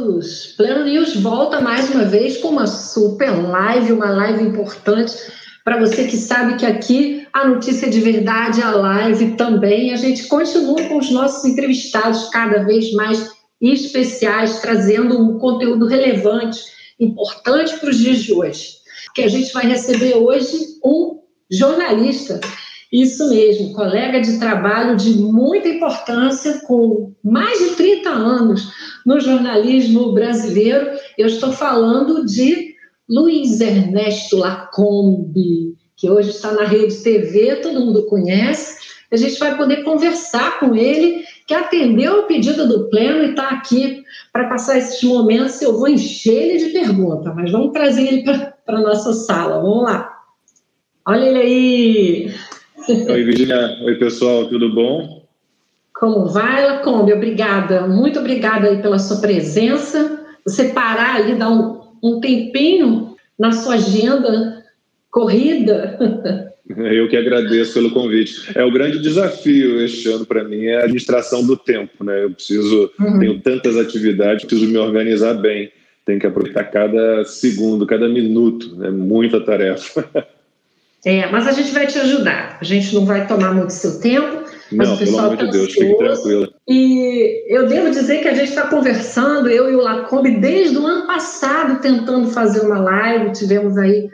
News. Pleno News volta mais uma vez com uma super live, uma live importante para você que sabe que aqui a notícia de verdade, a live também. A gente continua com os nossos entrevistados cada vez mais especiais, trazendo um conteúdo relevante, importante para os dias de hoje. Que a gente vai receber hoje um jornalista. Isso mesmo, colega de trabalho de muita importância, com mais de 30 anos no jornalismo brasileiro. Eu estou falando de Luiz Ernesto Lacombe, que hoje está na Rede TV, todo mundo conhece. A gente vai poder conversar com ele, que atendeu o pedido do Pleno e está aqui para passar esses momentos. Eu vou encher ele de perguntas, mas vamos trazer ele para a nossa sala. Vamos lá. Olha ele aí. Oi, Virginia. Oi, pessoal. Tudo bom? Como vai, Lacombe? Obrigada. Muito obrigada aí pela sua presença. Você parar ali, dar um tempinho na sua agenda corrida. Eu que agradeço pelo convite. O grande desafio este ano para mim é a administração do tempo, né? Eu tenho tantas atividades, preciso me organizar bem. Tenho que aproveitar cada segundo, cada minuto. É muita tarefa. Mas a gente vai te ajudar. A gente não vai tomar muito seu tempo, mas não, o pessoal está ansioso. Fique tranquila. E eu devo dizer que a gente está conversando, eu e o Lacombe, desde o ano passado, tentando fazer uma live. Tivemos aí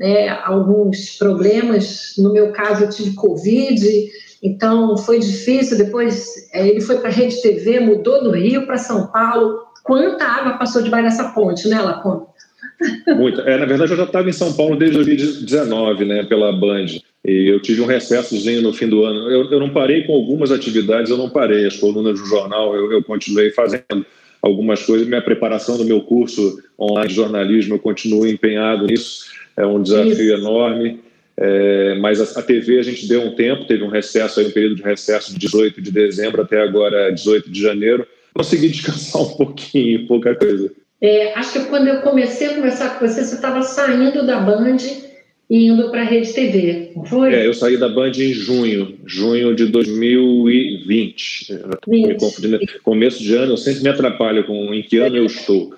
alguns problemas. No meu caso, eu tive Covid, então foi difícil. Depois ele foi para a Rede TV, mudou do Rio para São Paulo. Quanta água passou debaixo dessa ponte, né, Lacombe? Muita. Na verdade, eu já estava em São Paulo desde 2019, né, pela Band. E eu tive um recessozinho no fim do ano. Eu não parei com algumas atividades, eu não parei. As colunas do jornal, eu continuei fazendo algumas coisas. Minha preparação do meu curso online de jornalismo, eu continuo empenhado nisso. É um desafio enorme. Mas a TV a gente deu um tempo, teve um recesso, um período de recesso de 18 de dezembro até agora 18 de janeiro. Consegui descansar um pouquinho, pouca coisa. Acho que quando eu comecei a conversar com você estava saindo da Band e indo para a Rede TV, não foi? Eu saí da Band em junho de 2020. Me confundindo. Começo de ano, eu sempre me atrapalho com em que ano eu estou.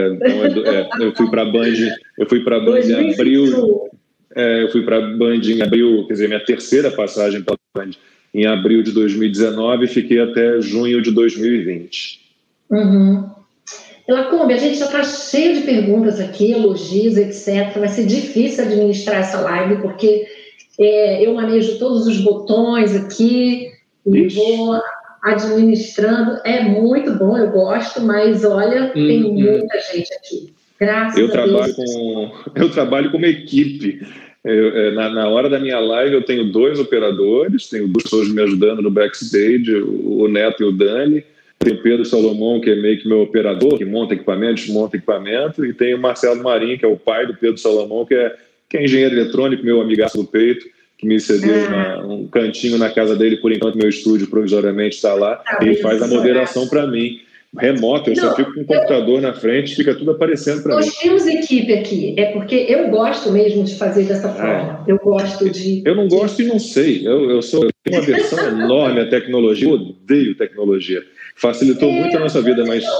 Eu fui para a Band, em abril. Eu fui para a Band em abril, quer dizer, minha terceira passagem pela Band em abril de 2019 e fiquei até junho de 2020. Lacombe, a gente já está cheio de perguntas aqui, elogios, etc. Vai ser difícil administrar essa live, porque eu manejo todos os botões aqui e vou administrando. É muito bom, eu gosto, mas olha, tem muita gente aqui. Graças a Deus. Eu trabalho com uma equipe. Na hora da minha live, eu tenho 2 operadores, tenho 2 pessoas me ajudando no backstage, o Neto e o Dani. Tem o Pedro Salomão, que é meio que meu operador, que monta equipamento, desmonta equipamento, e tem o Marcelo Marinho, que é o pai do Pedro Salomão, que é engenheiro eletrônico, meu amigaço do peito, que me cedeu um cantinho na casa dele, por enquanto meu estúdio provisoriamente está lá, e ele faz a moderação para mim. Remoto, eu só fico com o computador na frente, fica tudo aparecendo para mim. Nós temos equipe aqui, porque eu gosto mesmo de fazer dessa forma. Eu gosto de... Eu não gosto e não sei. Eu tenho uma aversão enorme à tecnologia, eu odeio tecnologia. Facilitou muito a nossa vida, mas...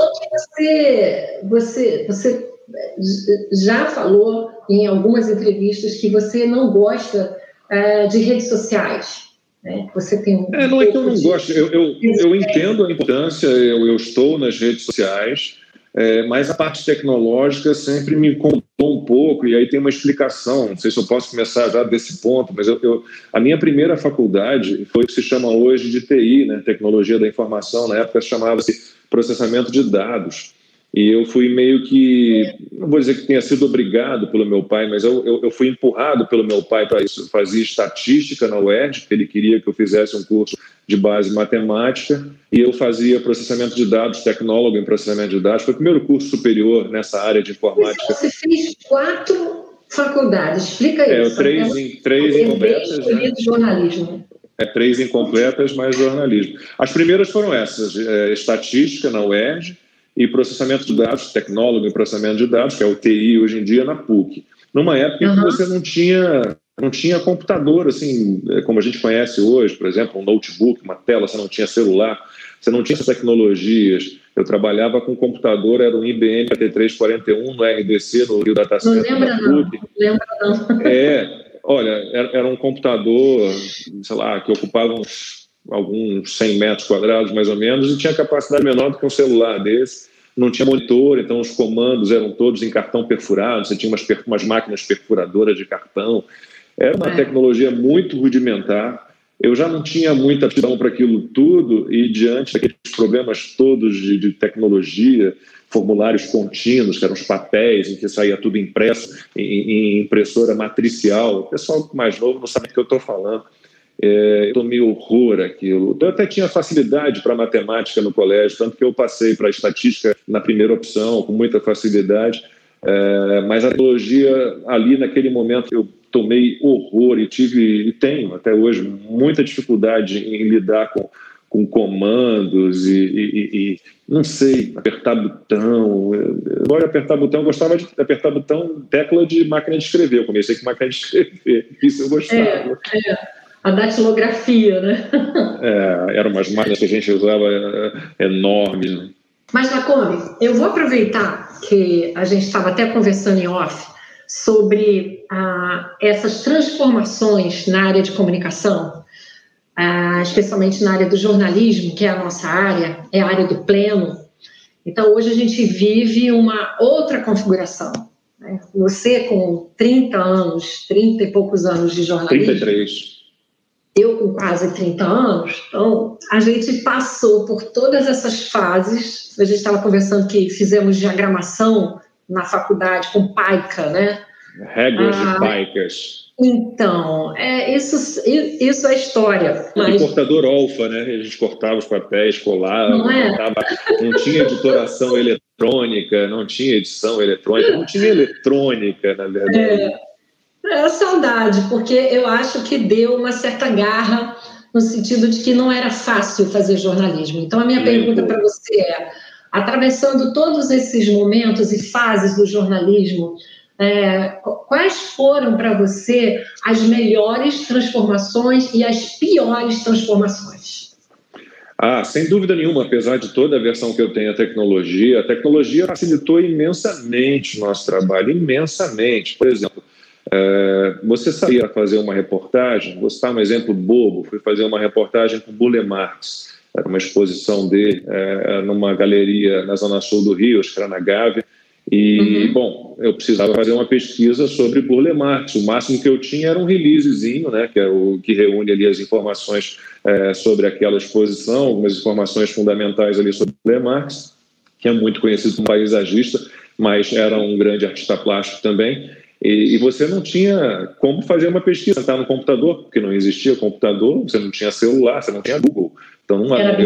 Você já falou em algumas entrevistas que você não gosta de redes sociais. Você tem não é que eu não gosto, eu entendo a importância, eu estou nas redes sociais, mas a parte tecnológica sempre me incomodou um pouco, e aí tem uma explicação, não sei se eu posso começar já desse ponto, mas a minha primeira faculdade foi o que se chama hoje de TI, né, Tecnologia da Informação, na época chamava-se Processamento de Dados. E eu fui meio que, não vou dizer que tenha sido obrigado pelo meu pai, mas eu fui empurrado pelo meu pai para isso. Eu fazia estatística na UERJ, porque ele queria que eu fizesse um curso de base matemática, e eu fazia processamento de dados, tecnólogo em processamento de dados. Foi o primeiro curso superior nessa área de informática. Você fez 4 faculdades, explica isso. 3 incompletas. Né? Jornalismo. 3 incompletas, mais jornalismo. As primeiras foram essas, estatística na UERJ, e processamento de dados, tecnólogo em processamento de dados, que é o TI hoje em dia, na PUC. Numa época em que você não tinha computador, assim, como a gente conhece hoje, por exemplo, um notebook, uma tela, você não tinha celular, você não tinha essas tecnologias. Eu trabalhava com computador, era um IBM AT341 no RDC, no Rio Data Center. Não lembra não. Olha, era um computador, sei lá, que ocupava alguns 100 metros quadrados, mais ou menos, e tinha capacidade menor do que um celular desse. Não tinha monitor, então os comandos eram todos em cartão perfurado, você tinha umas máquinas perfuradoras de cartão. Era uma tecnologia muito rudimentar. Eu já não tinha muita aptidão para aquilo tudo, e diante daqueles problemas todos de tecnologia, formulários contínuos, que eram os papéis em que saía tudo impresso em impressora matricial, o pessoal mais novo não sabe do que eu estou falando. Eu tomei horror aquilo. Eu até tinha facilidade para matemática no colégio, tanto que eu passei para a estatística na primeira opção, com muita facilidade, mas a tecnologia ali, naquele momento, eu tomei horror e tenho até hoje muita dificuldade em lidar com comandos e não sei, apertar botão. Agora, apertar botão, eu gostava de apertar botão, tecla de máquina de escrever. Eu comecei com máquina de escrever, isso eu gostava. A datilografia, né? Eram umas máquinas que a gente usava enormes. Né? Mas, Lacombe, eu vou aproveitar que a gente estava até conversando em off sobre essas transformações na área de comunicação, especialmente na área do jornalismo, que é a nossa área, é a área do pleno. Então, hoje a gente vive uma outra configuração. Né? Você com 30 e poucos anos de jornalismo... 33. Eu com quase 30 anos, então a gente passou por todas essas fases. A gente estava conversando que fizemos diagramação na faculdade com Paica, né? Réguas de Paicas. Então, isso é história. Mas... cortador Olfa, né? A gente cortava os papéis, colava, não tinha editoração eletrônica, não tinha edição eletrônica, não tinha eletrônica, na verdade. É saudade, porque eu acho que deu uma certa garra no sentido de que não era fácil fazer jornalismo. Então, a minha pergunta para você é, atravessando todos esses momentos e fases do jornalismo, quais foram para você as melhores transformações e as piores transformações? Sem dúvida nenhuma, apesar de toda a versão que eu tenho à tecnologia, a tecnologia facilitou imensamente o nosso trabalho, imensamente. Por exemplo, você saía fazer uma reportagem, vou citar um exemplo bobo, fui fazer uma reportagem com Burle Marx, era uma exposição dele numa galeria na Zona Sul do Rio, acho que era na Gávea, e, bom, eu precisava fazer uma pesquisa sobre Burle Marx, o máximo que eu tinha era um releasezinho, né, que é o que reúne ali as informações sobre aquela exposição, algumas informações fundamentais ali sobre Burle Marx, que é muito conhecido como paisagista, mas era um grande artista plástico também. E você não tinha como fazer uma pesquisa, tá no computador, porque não existia computador, você não tinha celular, você não tinha Google. Então,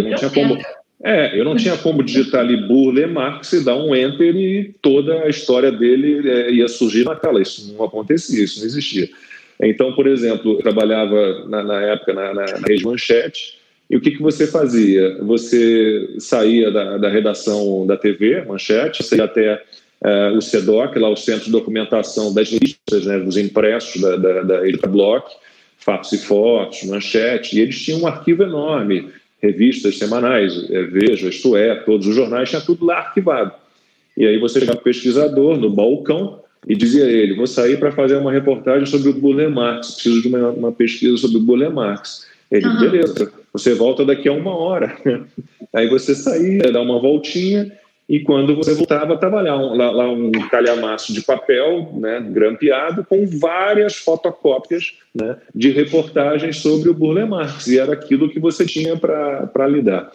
eu não tinha como digitar ali Burle Marx e dar um enter e toda a história dele ia surgir na tela. Isso não acontecia, isso não existia. Então, por exemplo, eu trabalhava na época na Rede Manchete, e o que você fazia? Você saía da redação da TV, Manchete, você ia até o CEDOC, lá o Centro de Documentação das Listas, né, dos impressos da Edita Block, Fatos e Fotos, Manchete, e eles tinham um arquivo enorme, revistas semanais, Veja, Isto É, todos os jornais, tinha tudo lá arquivado. E aí você chegava o pesquisador no balcão e dizia a ele, vou sair para fazer uma reportagem sobre o Burle Marx, preciso de uma pesquisa sobre o Burle Marx. Ele, beleza, você volta daqui a 1 hora. Aí você saía, dá uma voltinha, e quando você voltava, estava lá um calhamaço de papel, né, grampeado, com várias fotocópias, né, de reportagens sobre o Burle Marx, e era aquilo que você tinha para lidar.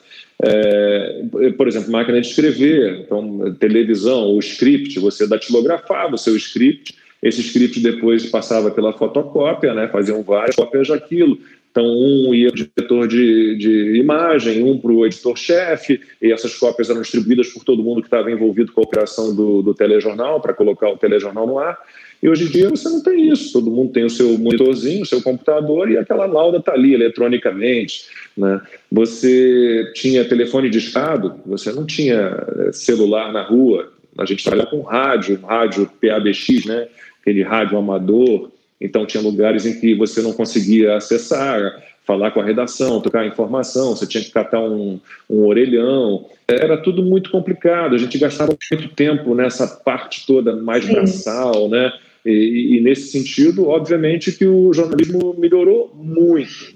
Por exemplo, máquina de escrever, então, televisão, o script, você datilografava o seu script, esse script depois passava pela fotocópia, né, faziam várias cópias daquilo. Então, um ia para o diretor de imagem, um para o editor-chefe, e essas cópias eram distribuídas por todo mundo que estava envolvido com a operação do telejornal, para colocar o telejornal no ar. E hoje em dia você não tem isso, todo mundo tem o seu monitorzinho, o seu computador, e aquela lauda está ali eletronicamente. Né? Você tinha telefone discado, você não tinha celular na rua, a gente trabalhava com rádio PABX, né? Aquele rádio amador. Então, tinha lugares em que você não conseguia acessar, falar com a redação, trocar informação, você tinha que catar um orelhão, era tudo muito complicado, a gente gastava muito tempo nessa parte toda mais braçal, né? E nesse sentido, obviamente, que o jornalismo melhorou muito.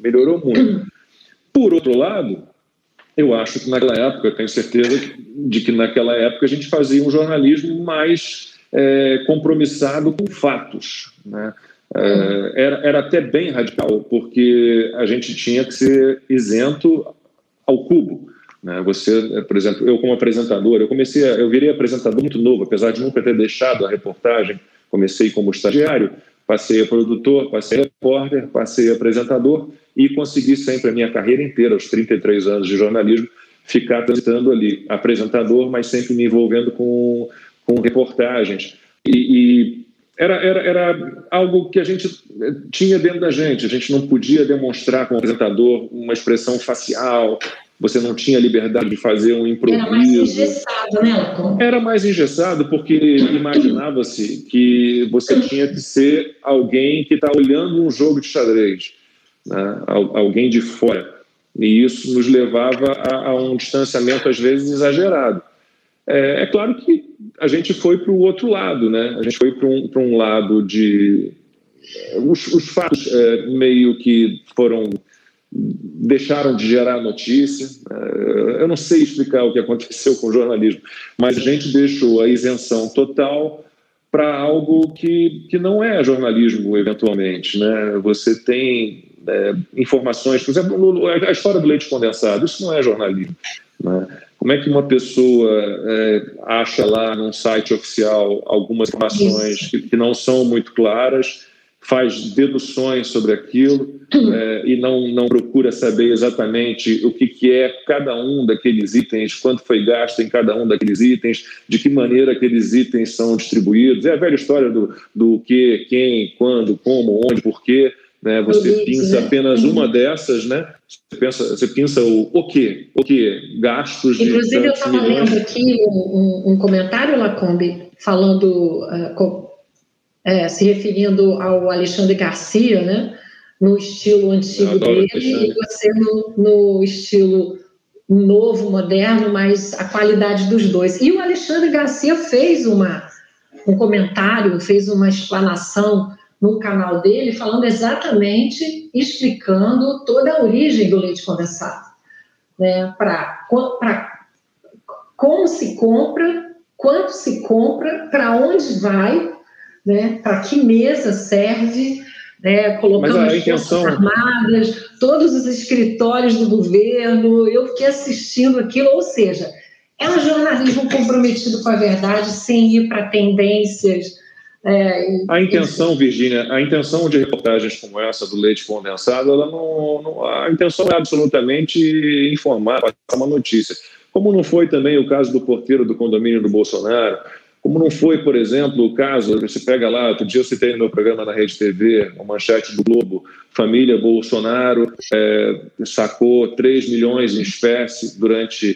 Por outro lado, eu acho que naquela época, eu tenho certeza de que naquela época a gente fazia um jornalismo mais compromissado com fatos, né? Era até bem radical, porque a gente tinha que ser isento ao cubo, né? Você, por exemplo, eu como apresentador, eu virei apresentador muito novo, apesar de nunca ter deixado a reportagem. Comecei como estagiário, passei a produtor, passei a repórter, passei a apresentador e consegui sempre a minha carreira inteira, aos 33 anos de jornalismo, ficar transitando ali, apresentador, mas sempre me envolvendo com reportagens. E era algo que a gente tinha dentro da gente. A gente não podia demonstrar como apresentador uma expressão facial, você não tinha liberdade de fazer um improviso. Era mais engessado, né? Era mais engessado porque imaginava-se que você tinha que ser alguém que está olhando um jogo de xadrez, né? Alguém de fora. E isso nos levava a um distanciamento, às vezes, exagerado. É claro que a gente foi para o outro lado, né? A gente foi para um lado de... Os fatos meio que deixaram de gerar notícia. Eu não sei explicar o que aconteceu com o jornalismo, mas a gente deixou a isenção total para algo que não é jornalismo, eventualmente, né? Você tem informações, por exemplo, a história do leite condensado, isso não é jornalismo, né? Como é que uma pessoa acha lá num site oficial algumas informações que não são muito claras, faz deduções sobre aquilo e não procura saber exatamente o que é cada um daqueles itens, quanto foi gasto em cada um daqueles itens, de que maneira aqueles itens são distribuídos. É a velha história do que, quem, quando, como, onde, porquê. Né? Você pinça apenas uma dessas, né? Você pinça o quê? Gastos de... Inclusive, eu estava lendo aqui um comentário, Lacombe, falando... se referindo ao Alexandre Garcia, né, no estilo antigo dele, e você no estilo novo, moderno, mas a qualidade dos dois. E o Alexandre Garcia fez um comentário, fez uma explanação no canal dele, falando exatamente, explicando toda a origem do leite condensado, né, para como se compra, quanto se compra, para onde vai, né, para que mesa serve, né, colocando as Forças Armadas, todos os escritórios do governo. Eu fiquei assistindo aquilo, ou seja, é um jornalismo comprometido com a verdade, sem ir para tendências. A intenção, Virgínia, a intenção de reportagens como essa do leite condensado, a intenção é absolutamente informar, passar uma notícia. Como não foi também o caso do porteiro do condomínio do Bolsonaro, como não foi, por exemplo, o caso, você pega lá, outro dia eu citei no meu programa na Rede TV, uma manchete do Globo, família Bolsonaro sacou 3 milhões em espécie durante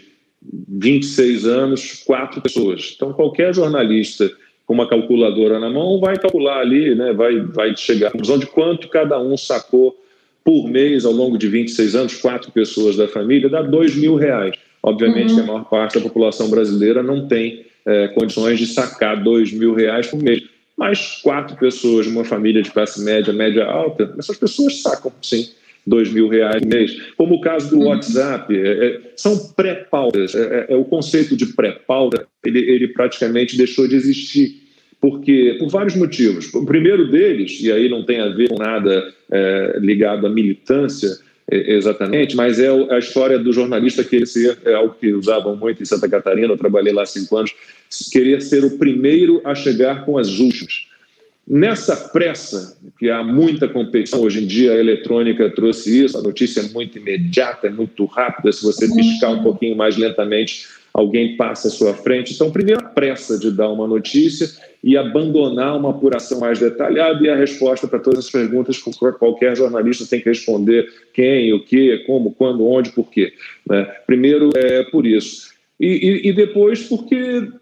26 anos, 4 pessoas. Então, qualquer jornalista com uma calculadora na mão vai calcular ali, né, vai chegar à conclusão de quanto cada um sacou por mês ao longo de 26 anos, 4 pessoas da família, dá R$2.000. Obviamente que a maior parte da população brasileira não tem condições de sacar R$2.000 por mês. Mas 4 pessoas de uma família de classe média, média alta, essas pessoas sacam, sim, R$2.000 por mês. Como o caso do WhatsApp, são pré-pautas. O conceito de pré-pauta, ele praticamente deixou de existir. Porque, por vários motivos. O primeiro deles, e aí não tem a ver com nada ligado à militância, exatamente, mas é a história do jornalista querer ser, algo que usavam muito em Santa Catarina, eu trabalhei lá há 5 anos, querer ser o primeiro a chegar com as últimas. Nessa pressa, que há muita competição, hoje em dia a eletrônica trouxe isso, a notícia é muito imediata, é muito rápida, se você piscar um pouquinho mais lentamente, alguém passa à sua frente. Então, primeiro, a pressa de dar uma notícia e abandonar uma apuração mais detalhada e a resposta para todas as perguntas que qualquer jornalista tem que responder: quem, o que, como, quando, onde, por quê. Né? Primeiro, por isso. E depois, porque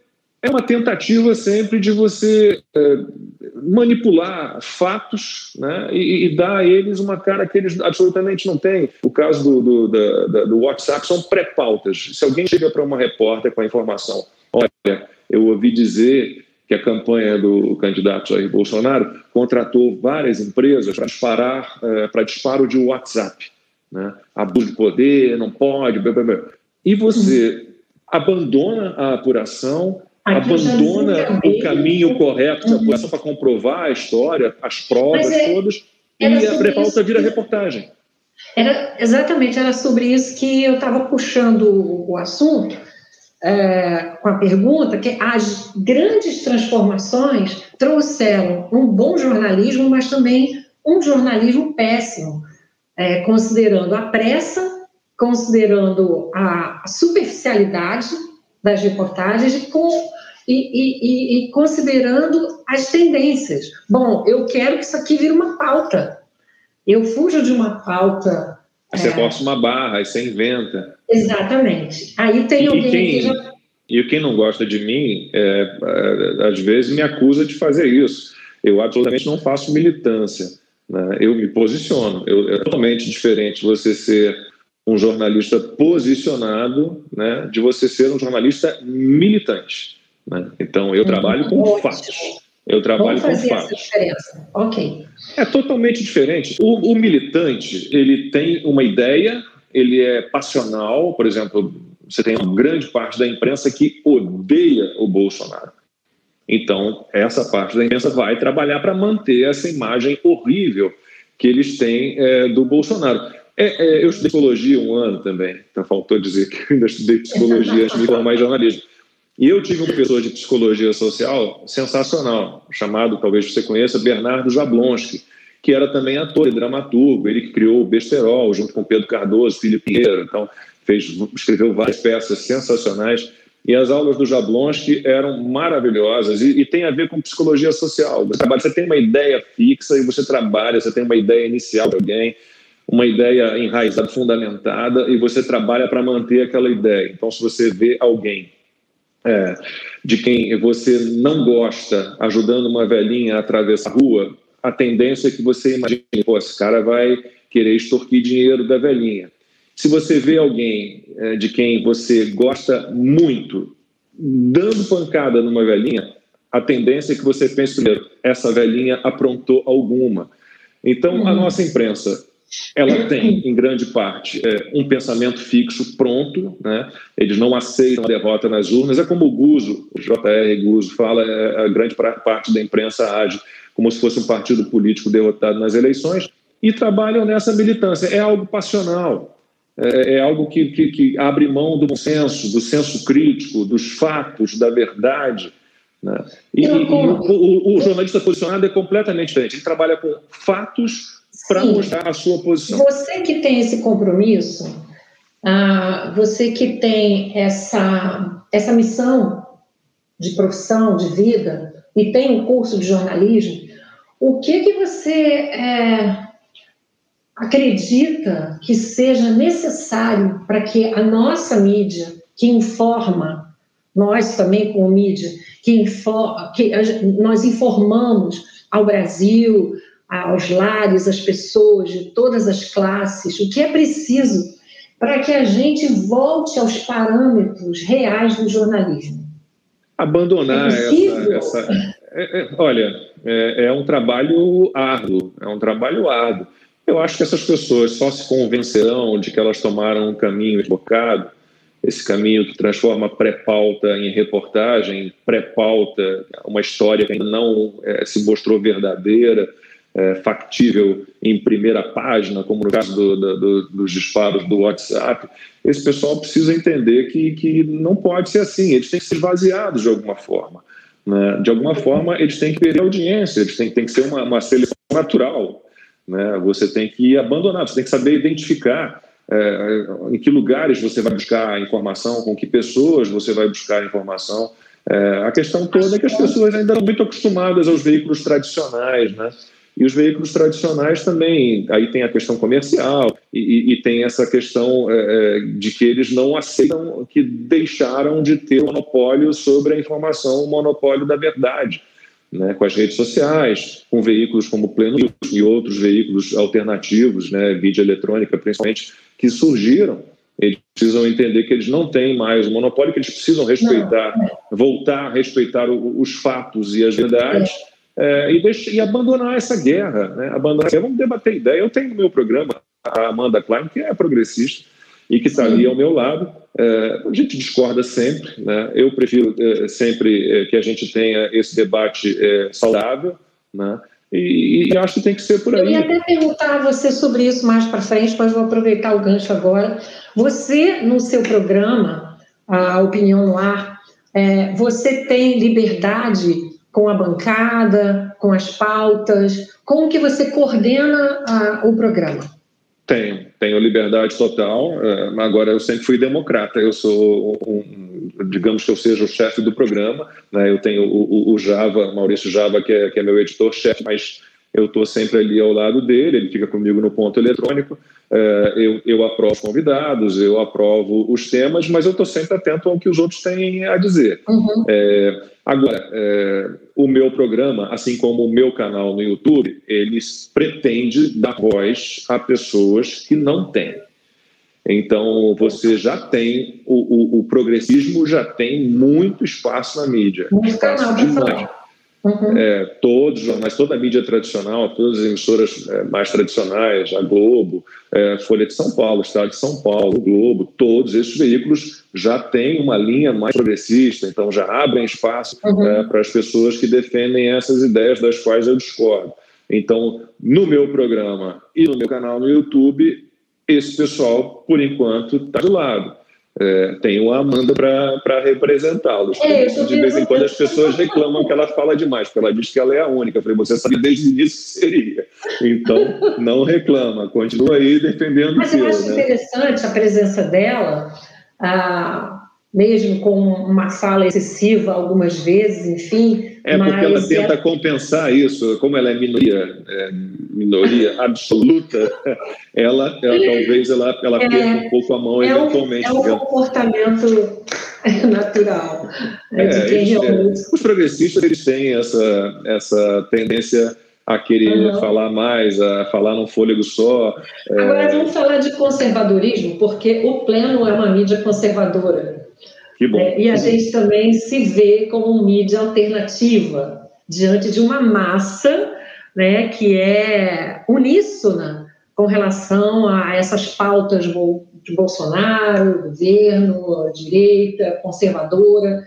é uma tentativa sempre de você manipular fatos, né, e dar a eles uma cara que eles absolutamente não têm. O caso do WhatsApp são pré-pautas. Se alguém chega para uma repórter com a informação, olha, eu ouvi dizer que a campanha do candidato Jair Bolsonaro contratou várias empresas para disparo de WhatsApp, né, abuso de poder, não pode, blá, blá, blá. E você abandona a apuração, abandona o caminho correto de apuração para comprovar a história, as provas todas, e a pré-pauta vira reportagem. Exatamente, era sobre isso que eu estava puxando o assunto, com a pergunta, que as grandes transformações trouxeram um bom jornalismo, mas também um jornalismo péssimo, considerando a pressa, considerando a superficialidade das reportagens e considerando as tendências. Bom, eu quero que isso aqui vire uma pauta. Eu fujo de uma pauta... Você força uma barra, aí você inventa. Exatamente. Aí tem alguém E quem não gosta de mim, às vezes me acusa de fazer isso. Eu absolutamente não faço militância, né? Eu me posiciono. É totalmente diferente você ser um jornalista posicionado, né, de você ser um jornalista militante, né? Então, eu trabalho com fatos. Eu trabalho com fatos. Essa diferença. Ok. É totalmente diferente. O militante, ele tem uma ideia, ele é passional. Por exemplo, você tem uma grande parte da imprensa que odeia o Bolsonaro. Então, essa parte da imprensa vai trabalhar para manter essa imagem horrível que eles têm do Bolsonaro. Eu estudei psicologia um ano também, então faltou dizer que eu ainda estudei psicologia antes de me formar em jornalismo. E eu tive um professor de psicologia social sensacional, chamado, talvez você conheça, Bernardo Jablonski, que era também ator e dramaturgo. Ele que criou o Besterol, junto com Pedro Cardoso, Filho Pinheiro. Então, escreveu várias peças sensacionais. E as aulas do Jablonski eram maravilhosas e tem a ver com psicologia social. Você tem uma ideia fixa e você trabalha, você tem uma ideia inicial de alguém, uma ideia enraizada, fundamentada, e você trabalha para manter aquela ideia. Então, se você vê alguém de quem você não gosta ajudando uma velhinha a atravessar a rua, a tendência é que você imagine, pô, esse cara vai querer extorquir dinheiro da velhinha. Se você vê alguém de quem você gosta muito dando pancada numa velhinha, a tendência é que você pense primeiro, essa velhinha aprontou alguma. Então, a nossa imprensa, ela tem, em grande parte, um pensamento fixo pronto, né? Eles não aceitam a derrota nas urnas. É como o Guzzo, o J.R. Guzzo fala, a grande parte da imprensa age como se fosse um partido político derrotado nas eleições e trabalham nessa militância. É algo passional, é algo que abre mão do bom senso, do senso crítico, dos fatos, da verdade, né? E o jornalista posicionado é completamente diferente. Ele trabalha com fatos para mostrar a sua posição. Você que tem esse compromisso, você que tem essa missão de profissão, de vida, e tem um curso de jornalismo, o que você acredita que seja necessário para que a nossa mídia, que informa, nós também como mídia, que nós informamos ao Brasil, aos lares, às pessoas de todas as classes, o que é preciso para que a gente volte aos parâmetros reais do jornalismo? Abandonar olha, é um trabalho árduo, Eu acho que essas pessoas só se convencerão de que elas tomaram um caminho equivocado, esse caminho que transforma pré-pauta em reportagem, pré-pauta, uma história que ainda não se mostrou verdadeira, factível em primeira página, como no caso dos disparos do WhatsApp. Esse pessoal precisa entender que não pode ser assim, eles têm que ser esvaziados de alguma forma, né? De alguma forma, eles têm que perder audiência, eles têm que ser uma seleção natural, né? Você tem que abandonar, você tem que saber identificar em que lugares você vai buscar a informação, com que pessoas você vai buscar a informação. A questão toda é que as pessoas ainda estão muito acostumadas aos veículos tradicionais, né? E os veículos tradicionais também, aí tem a questão comercial e tem essa questão de que eles não aceitam, que deixaram de ter o monopólio sobre a informação, o monopólio da verdade, né, com as redes sociais, com veículos como o Pleno News e outros veículos alternativos, né, mídia eletrônica principalmente, que surgiram. Eles precisam entender que eles não têm mais o monopólio, que eles precisam respeitar, voltar a respeitar os fatos e as verdades, e abandonar essa guerra, né? Vamos debater ideia. Eu tenho no meu programa a Amanda Klein, que é progressista e que está ali ao meu lado. A gente discorda sempre, né? Eu prefiro sempre que a gente tenha esse debate saudável, né? E acho que tem que ser por aí. Eu ia até perguntar a você sobre isso mais para frente, mas vou aproveitar o gancho agora. Você, no seu programa, a Opinião no Ar, você tem liberdade com a bancada, com as pautas? Como que você coordena o programa? Tenho liberdade total. Agora, eu sempre fui democrata. Eu sou, digamos que eu seja o chefe do programa, né? Eu tenho o Java, Maurício Java, que é meu editor-chefe, mas eu estou sempre ali ao lado dele, ele fica comigo no ponto eletrônico. Eu aprovo convidados, eu aprovo os temas, mas eu estou sempre atento ao que os outros têm a dizer. Agora, o meu programa, assim como o meu canal no YouTube, ele pretende dar voz a pessoas que não têm. Então, você já tem, o progressismo já tem muito espaço na mídia. Espaço demais. Todos os jornais, toda a mídia tradicional, todas as emissoras mais tradicionais, a Globo, Folha de São Paulo, Estado de São Paulo, Globo, todos esses veículos já têm uma linha mais progressista, então já abrem espaço para as pessoas que defendem essas ideias das quais eu discordo. Então, no meu programa e no meu canal no YouTube, esse pessoal, por enquanto, está do lado. Tenho a Amanda para representá-los. De vez em quando as pessoas reclamam que ela fala demais, porque ela diz que ela é a única. Eu falei, você sabia desde o início que seria. Então, não reclama, continua aí defendendo o seu. Mas eu acho interessante a presença dela, mesmo com uma fala excessiva algumas vezes, enfim. Porque ela tenta compensar isso, como ela é minoria absoluta, talvez ela perca um pouco a mão eventualmente. É um comportamento natural de quem realmente... Os progressistas, eles têm essa tendência a querer falar mais, a falar num fôlego só. Agora vamos falar de conservadorismo, porque o Pleno é uma mídia conservadora. Que bom. E a gente também se vê como mídia alternativa diante de uma massa, né, que é uníssona com relação a essas pautas de Bolsonaro, governo, direita, conservadora.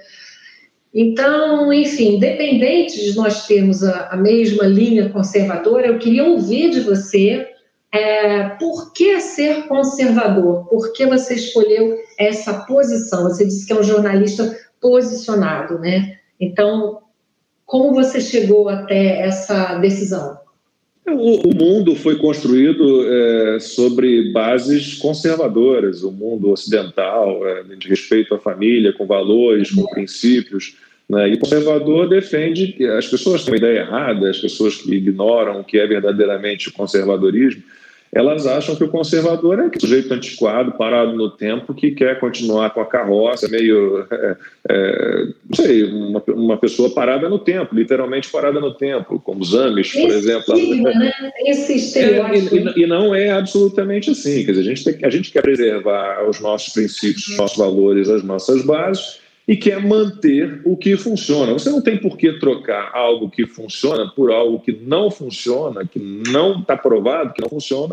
Então, enfim, independente de nós termos a mesma linha conservadora, eu queria ouvir de você por que ser conservador? Por que você escolheu essa posição? Você disse que é um jornalista posicionado, né? Então, como você chegou até essa decisão? O mundo foi construído sobre bases conservadoras, o mundo ocidental, de respeito à família, com valores, com princípios, né? E o conservador defende que as pessoas têm uma ideia errada, as pessoas que ignoram o que é verdadeiramente o conservadorismo, elas acham que o conservador é aquele sujeito antiquado, parado no tempo, que quer continuar com a carroça, meio, não sei, uma pessoa parada no tempo, literalmente parada no tempo, como os Amish, por exemplo. Esse estereótipo. E não é absolutamente assim. Quer dizer, a gente quer preservar os nossos princípios, os nossos valores, as nossas bases, e quer manter o que funciona. Você não tem por que trocar algo que funciona por algo que não funciona, que não está provado, que não funciona.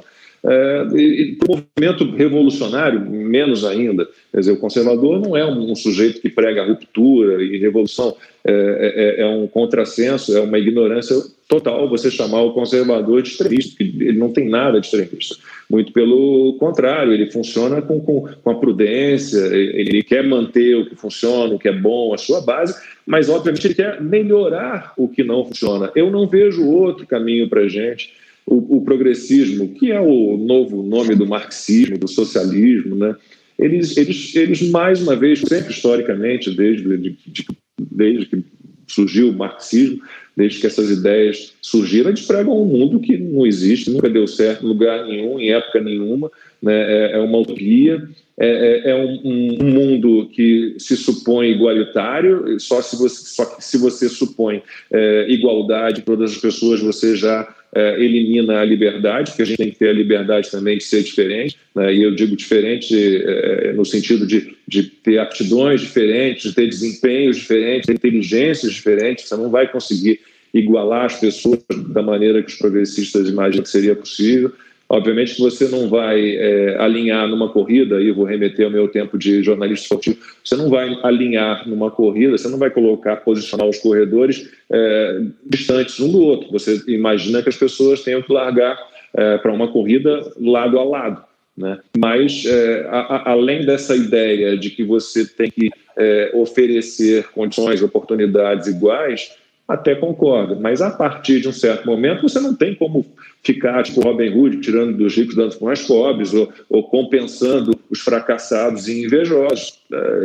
E o movimento revolucionário, menos ainda. Quer dizer, o conservador não é um sujeito que prega ruptura e revolução, é um contrassenso, é uma ignorância total você chamar o conservador de extremista, porque ele não tem nada de extremista. Muito pelo contrário, ele funciona com a prudência, ele quer manter o que funciona, o que é bom, a sua base, mas, obviamente, ele quer melhorar o que não funciona. Eu não vejo outro caminho para a gente. O progressismo, que é o novo nome do marxismo, do socialismo, né? Eles mais uma vez, sempre historicamente, desde que surgiu o marxismo, desde que essas ideias surgiram, eles pregam um mundo que não existe, nunca deu certo em lugar nenhum, em época nenhuma, né? É uma utopia, é um mundo que se supõe igualitário, só que se você supõe igualdade para todas as pessoas, você já elimina a liberdade, porque a gente tem que ter a liberdade também de ser diferente, né? E eu digo diferente no sentido de ter aptidões diferentes, de ter desempenhos diferentes, ter inteligências diferentes. Você não vai conseguir igualar as pessoas da maneira que os progressistas imaginam que seria possível. Obviamente que você não vai alinhar numa corrida, aí eu vou remeter ao meu tempo de jornalista esportivo, você não vai alinhar numa corrida, você não vai posicionar os corredores distantes um do outro. Você imagina que as pessoas tenham que largar para uma corrida lado a lado, né? Mas, além dessa ideia de que você tem que oferecer condições, oportunidades iguais, até concordo, mas a partir de um certo momento você não tem como ficar tipo Robin Hood, tirando dos ricos, dando para os mais pobres, ou compensando os fracassados e invejosos.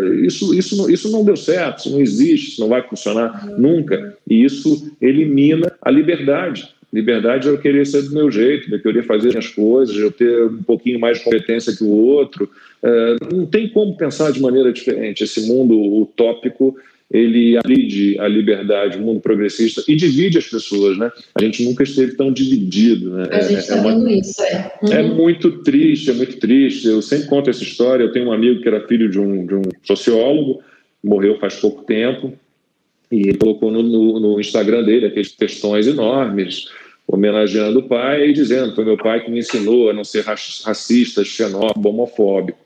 Isso não deu certo, isso não existe, isso não vai funcionar nunca, e isso elimina a liberdade. Liberdade é eu querer ser do meu jeito, eu querer fazer as coisas, eu ter um pouquinho mais de competência que o outro. Não tem como pensar de maneira diferente. Esse mundo utópico, ele agride a liberdade, o mundo progressista, e divide as pessoas, né? A gente nunca esteve tão dividido, né? A gente está vendo isso, É muito triste, é muito triste. Eu sempre conto essa história. Eu tenho um amigo que era filho de um sociólogo, morreu faz pouco tempo, e ele colocou no Instagram dele aqueles textões enormes, homenageando o pai e dizendo: foi meu pai que me ensinou a não ser racista, xenófobo, homofóbico.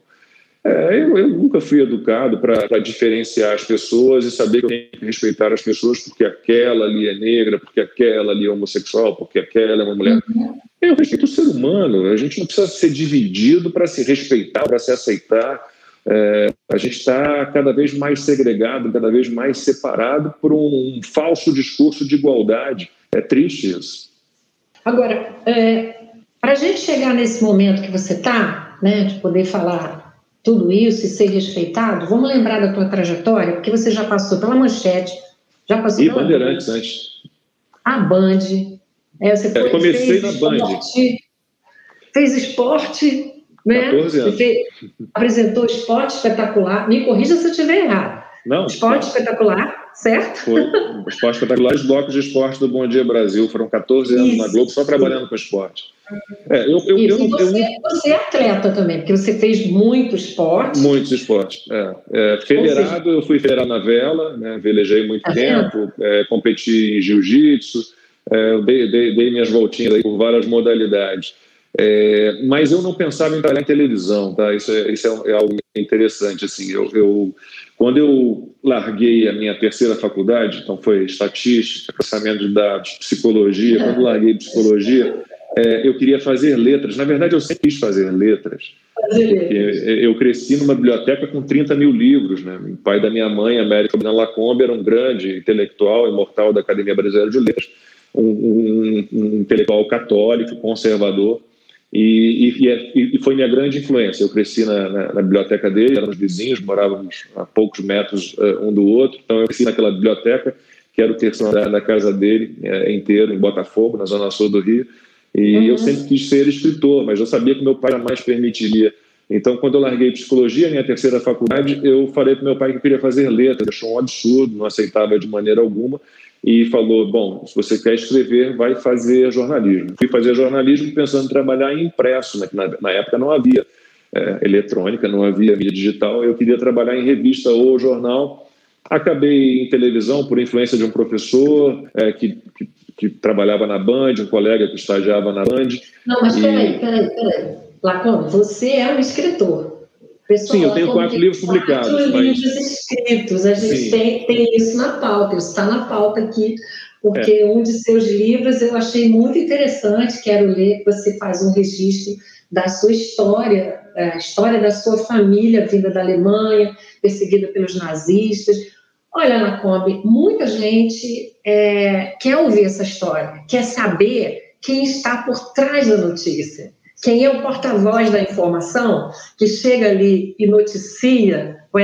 Eu nunca fui educado para diferenciar as pessoas e saber que eu tenho que respeitar as pessoas porque aquela ali é negra, porque aquela ali é homossexual, porque aquela é uma mulher. Eu respeito o ser humano. A gente não precisa ser dividido para se respeitar, para se aceitar. A gente está cada vez mais segregado, cada vez mais separado por um falso discurso de igualdade. É triste isso. Agora, para a gente chegar nesse momento que você está, né, de poder falar tudo isso e ser respeitado, vamos lembrar da tua trajetória, porque você já passou pela Manchete, já passou pela Bandeirantes antes. A Band. Você comecei na Band. Fez esporte, né? 14 anos. Apresentou Esporte Espetacular. Me corrija se eu estiver errado. Não. Esporte Espetacular, certo? Foi. Esporte Espetacular, os blocos de esporte do Bom Dia Brasil. Foram 14 anos na Globo só trabalhando com esporte. Você é atleta também, porque você fez muito esporte. Muitos esportes. Federado, eu fui federado na vela, né? Velejei muito tempo, competi em jiu-jitsu, dei minhas voltinhas aí por várias modalidades. Mas eu não pensava em trabalhar em televisão, tá? Isso é algo interessante. Assim, quando eu larguei a minha terceira faculdade, então foi estatística, processamento de dados, psicologia. Quando eu larguei psicologia, eu queria fazer letras. Na verdade, eu sempre quis fazer letras. Porque eu cresci numa biblioteca com 30 mil livros, né? O pai da minha mãe, Américo Lacombe, era um grande intelectual, imortal da Academia Brasileira de Letras, um intelectual católico, conservador, e foi minha grande influência. Eu cresci na biblioteca dele, éramos vizinhos, morávamos a poucos metros um do outro, então eu cresci naquela biblioteca, que era o terceiro andar da casa dele, inteiro, em Botafogo, na zona sul do Rio. E eu sempre quis ser escritor, mas eu sabia que meu pai jamais permitiria. Então, quando eu larguei psicologia, minha terceira faculdade, eu falei para meu pai que eu queria fazer letras. Achou um absurdo, não aceitava de maneira alguma. E falou: bom, se você quer escrever, vai fazer jornalismo. Fui fazer jornalismo pensando em trabalhar em impresso, né? Na época não havia eletrônica, não havia mídia digital. Eu queria trabalhar em revista ou jornal. Acabei em televisão por influência de um professor que trabalhava na Band, um colega que estagiava na Band. Não, mas peraí. Lacombe, você é um escritor. Pessoal, sim, eu tenho 4 livros publicados. 4 livros escritos, a gente tem isso na pauta, isso está na pauta aqui, porque um de seus livros eu achei muito interessante, quero ler, que você faz um registro da sua história, a história da sua família, vinda da Alemanha, perseguida pelos nazistas. Olha, Lacombe, muita gente quer ouvir essa história, quer saber quem está por trás da notícia, quem é o porta-voz da informação, que chega ali e noticia com essa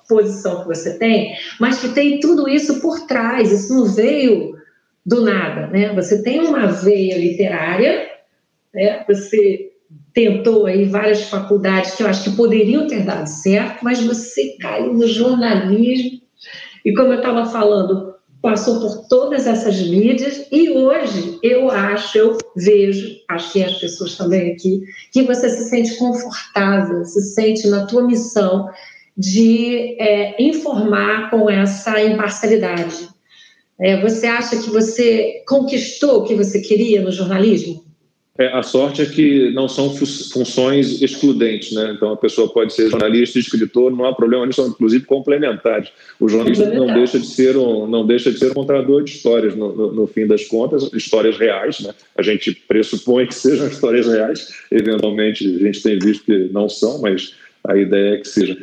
posição que você tem, mas que tem tudo isso por trás, isso não veio do nada, né? Você tem uma veia literária, né? Você tentou aí várias faculdades que eu acho que poderiam ter dado certo, mas você caiu no jornalismo e, como eu estava falando, passou por todas essas mídias e hoje eu vejo, acho que as pessoas também aqui, que você se sente confortável, se sente na tua missão de informar com essa imparcialidade. Você acha que você conquistou o que você queria no jornalismo? A sorte é que não são funções excludentes, né? Então a pessoa pode ser jornalista e escritor, não há problema, eles são inclusive complementares. O jornalista não deixa de ser um contador de histórias, no fim das contas, histórias reais, né? A gente pressupõe que sejam histórias reais, eventualmente a gente tem visto que não são, mas a ideia é que seja.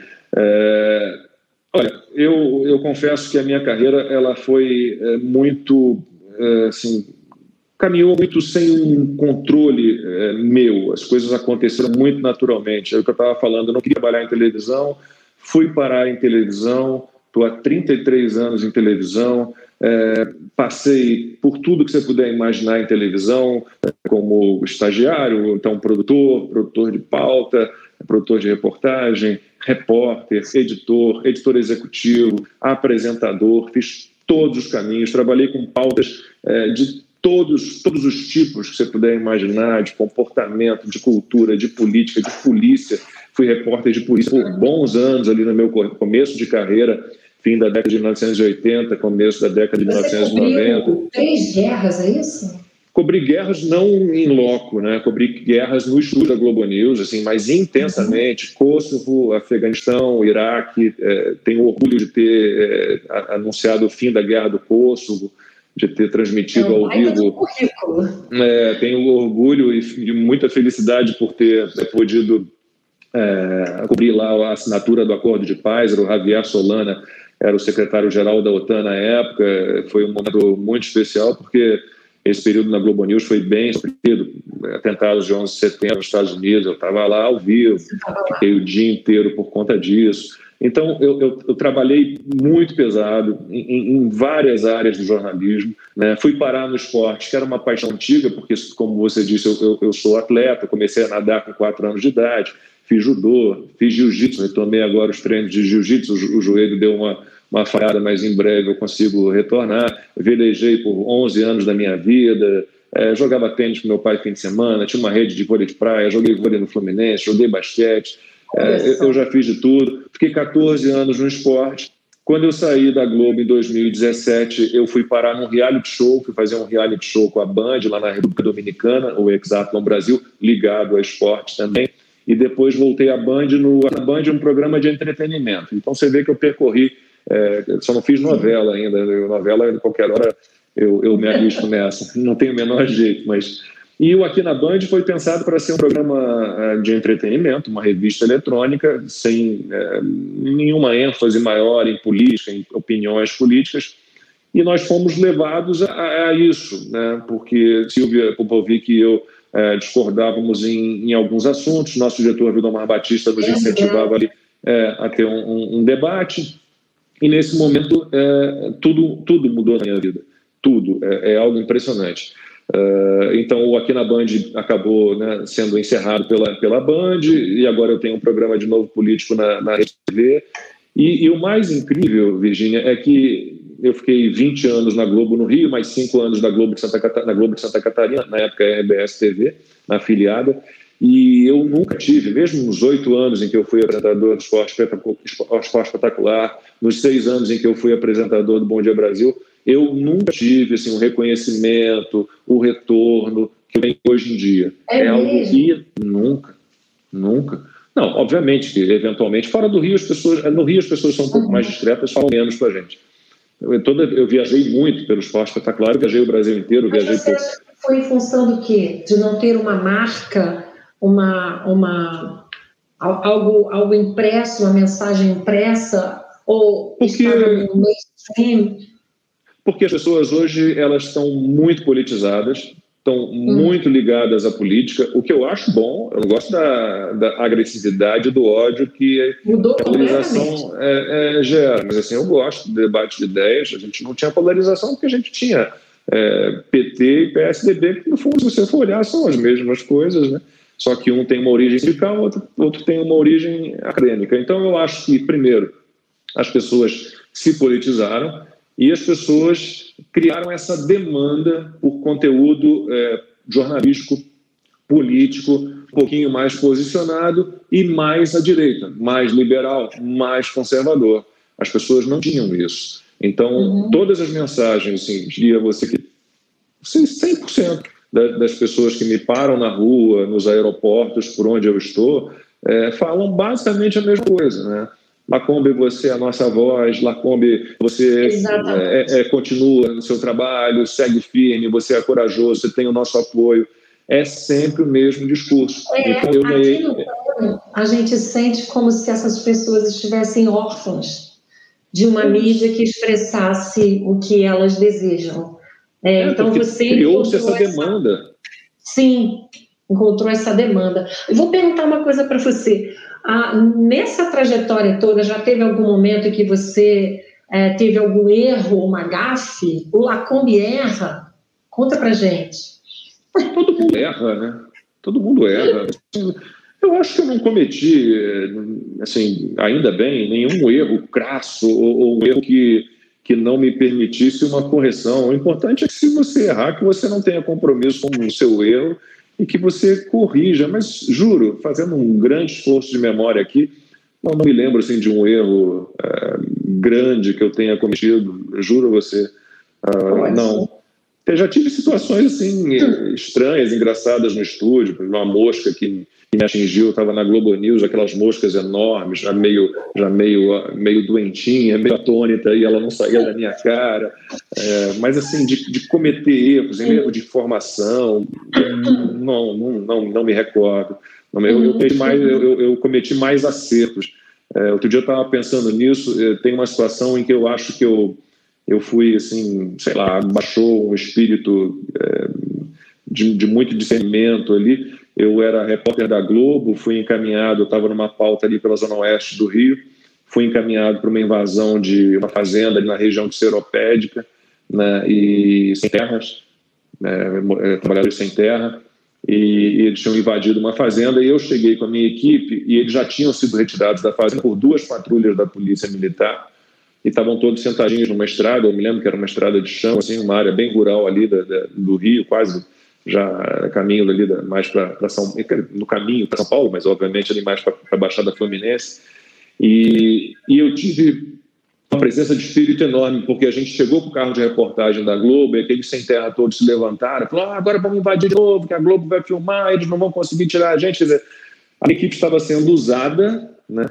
Olha, eu confesso que a minha carreira ela foi muito assim, caminhou muito sem um controle meu, as coisas aconteceram muito naturalmente. É o que eu estava falando, eu não queria trabalhar em televisão, fui parar em televisão, estou há 33 anos em televisão, passei por tudo que você puder imaginar em televisão, como estagiário, então produtor de pauta, produtor de reportagem, repórter, editor executivo, apresentador, fiz todos os caminhos, trabalhei com pautas de todos os tipos que você puder imaginar, de comportamento, de cultura, de política, de polícia. Fui repórter de polícia por bons anos ali no meu começo de carreira, fim da década de 1980, começo da década de 1990. Você cobriu 3 guerras, é isso? Cobri guerras não em loco, né? Cobri guerras no estúdio da Globo News, assim, mas intensamente. Kosovo, Afeganistão, Iraque. Tenho orgulho de ter anunciado o fim da guerra do Kosovo, de ter transmitido ao vivo. Tenho orgulho e muita felicidade por ter podido cobrir lá a assinatura do Acordo de Paz. Era o Javier Solana, era o secretário-geral da OTAN na época. Foi um momento muito especial, porque esse período na Globo News foi bem sofrido. Atentados de 11 de setembro nos Estados Unidos, eu estava lá ao vivo, fiquei o dia inteiro por conta disso. Então, eu trabalhei muito pesado em várias áreas do jornalismo, né? Fui parar no esporte, que era uma paixão antiga, porque, como você disse, eu sou atleta, comecei a nadar com 4 anos de idade, fiz judô, fiz jiu-jitsu, retomei agora os treinos de jiu-jitsu, o joelho deu uma falhada, mas em breve eu consigo retornar. Velejei por 11 anos da minha vida, jogava tênis com meu pai no fim de semana, tinha uma rede de vôlei de praia, joguei vôlei no Fluminense, joguei basquete. Eu já fiz de tudo, fiquei 14 anos no esporte. Quando eu saí da Globo em 2017, eu fui parar num reality show, fui fazer um reality show com a Band lá na República Dominicana, o Hexatlon Brasil, ligado ao esporte também, e depois voltei à Band, um programa de entretenimento. Então você vê que eu percorri, só não fiz novela ainda, novela de qualquer hora eu me arrisco nessa, não tenho o menor jeito, mas... E o Aqui na Band foi pensado para ser um programa de entretenimento, uma revista eletrônica, sem nenhuma ênfase maior em política, em opiniões políticas. E nós fomos levados a isso, né? Porque Silvia Popovic e eu discordávamos em alguns assuntos. Nosso diretor Vildomar Batista nos incentivava ali, a ter um debate. E nesse momento tudo mudou na minha vida. Tudo. É algo impressionante. Então o Aqui na Band acabou, né, sendo encerrado pela Band, e agora eu tenho um programa de novo político na Rede TV. E o mais incrível, Virgínia, é que eu fiquei 20 anos na Globo no Rio, mais 5 anos na Globo de Santa Catarina, na época RBS TV, na afiliada, e eu nunca tive, mesmo nos 8 anos em que eu fui apresentador do Esporte Espetacular, nos 6 anos em que eu fui apresentador do Bom Dia Brasil, eu nunca tive assim, um reconhecimento, o retorno que eu tenho hoje em dia. É algo que nunca. Não, obviamente que, eventualmente, fora do Rio, no Rio as pessoas são um pouco mais discretas, falam menos para a gente. Eu viajei muito pelo Esporte Espetacular, viajei o Brasil inteiro. Mas você acha que foi em função do quê? De não ter uma marca, algo impresso, uma mensagem impressa, ou estava no mainstream? Porque as pessoas hoje elas estão muito politizadas, estão muito ligadas à política, o que eu acho bom. Eu não gosto da agressividade, do ódio que a polarização gera, mas assim, eu gosto do debate de ideias. A gente não tinha polarização porque a gente tinha PT e PSDB, que no fundo, se você for olhar, são as mesmas coisas, né? Só que um tem uma origem sindical, outro tem uma origem acadêmica. Então eu acho que, primeiro, as pessoas se politizaram e as pessoas criaram essa demanda por conteúdo jornalístico, político, um pouquinho mais posicionado e mais à direita, mais liberal, mais conservador. As pessoas não tinham isso. Então, todas as mensagens, assim, diria você que 100% das pessoas que me param na rua, nos aeroportos, por onde eu estou, falam basicamente a mesma coisa, né? Lacombe, você é a nossa voz. Lacombe, você continua no seu trabalho, segue firme, você é corajoso, você tem o nosso apoio. É sempre o mesmo discurso. Então, aqui no plano, a gente sente como se essas pessoas estivessem órfãs de uma mídia que expressasse o que elas desejam. Então, você criou-se essa demanda. Sim, encontrou essa demanda. Eu vou perguntar uma coisa para você. Nessa trajetória toda, já teve algum momento em que você teve algum erro, uma gafe? O Lacombe erra? Conta pra gente. Todo mundo erra, né? Todo mundo erra. Eu acho que eu não cometi, assim, ainda bem, nenhum erro crasso ou um erro que não me permitisse uma correção. O importante é que, se você errar, que você não tenha compromisso com o seu erro e que você corrija. Mas, juro, fazendo um grande esforço de memória aqui, não me lembro assim, de um erro grande que eu tenha cometido, juro a você. Não. Eu já tive situações assim, estranhas, engraçadas no estúdio, uma mosca que me atingiu, eu estava na Globo News, aquelas moscas enormes, já meio doentinha, meio atônita, e ela não saía da minha cara. Mas assim, de cometer erros, erro de formação, não me recordo. Eu cometi mais acertos. Outro dia eu estava pensando nisso. Tem uma situação em que eu acho que eu fui, assim, sei lá, baixou um espírito de muito discernimento ali. Eu era repórter da Globo, fui encaminhado, eu estava numa pauta ali pela zona oeste do Rio, fui encaminhado para uma invasão de uma fazenda ali na região de Seropédica, né, e sem terras, trabalhadores sem terra, e eles tinham invadido uma fazenda, e eu cheguei com a minha equipe, e eles já tinham sido retirados da fazenda por 2 patrulhas da Polícia Militar, e estavam todos sentadinhos numa estrada. Eu me lembro que era uma estrada de chão, assim, uma área bem rural ali do Rio, quase já caminho ali mais para no caminho para São Paulo, mas obviamente ali mais para a Baixada Fluminense. E eu tive uma presença de espírito enorme, porque a gente chegou com o carro de reportagem da Globo, e aqueles sem terra todos se levantaram, falaram: agora vamos invadir de novo, que a Globo vai filmar, eles não vão conseguir tirar a gente. Quer dizer, a equipe estava sendo usada, né,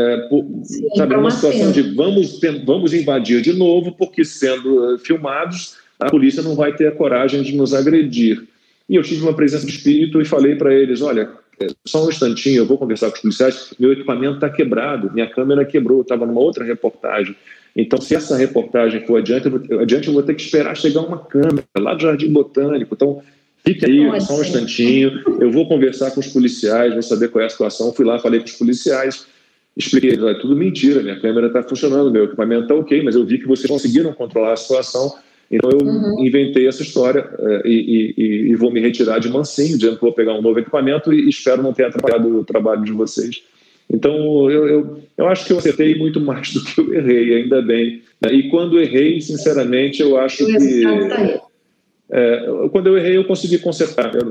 uma situação de vamos invadir de novo, porque sendo filmados, a polícia não vai ter a coragem de nos agredir. E eu tive uma presença de espírito e falei para eles: olha, só um instantinho, eu vou conversar com os policiais, meu equipamento está quebrado, minha câmera quebrou, eu estava numa outra reportagem. Então, se essa reportagem for adiante, eu vou ter que esperar chegar uma câmera lá do Jardim Botânico. Então, fique aí, só um instantinho, eu vou conversar com os policiais, vou saber qual é a situação. Fui lá, falei com os policiais, expliquei: é tudo mentira, minha câmera está funcionando, meu equipamento está ok, mas eu vi que vocês conseguiram controlar a situação, então eu inventei essa história e vou me retirar de mansinho, dizendo que vou pegar um novo equipamento e espero não ter atrapalhado o trabalho de vocês. Então, eu acho que eu acertei muito mais do que eu errei, ainda bem. E quando errei, sinceramente, eu acho que... quando eu errei, eu consegui consertar. Eu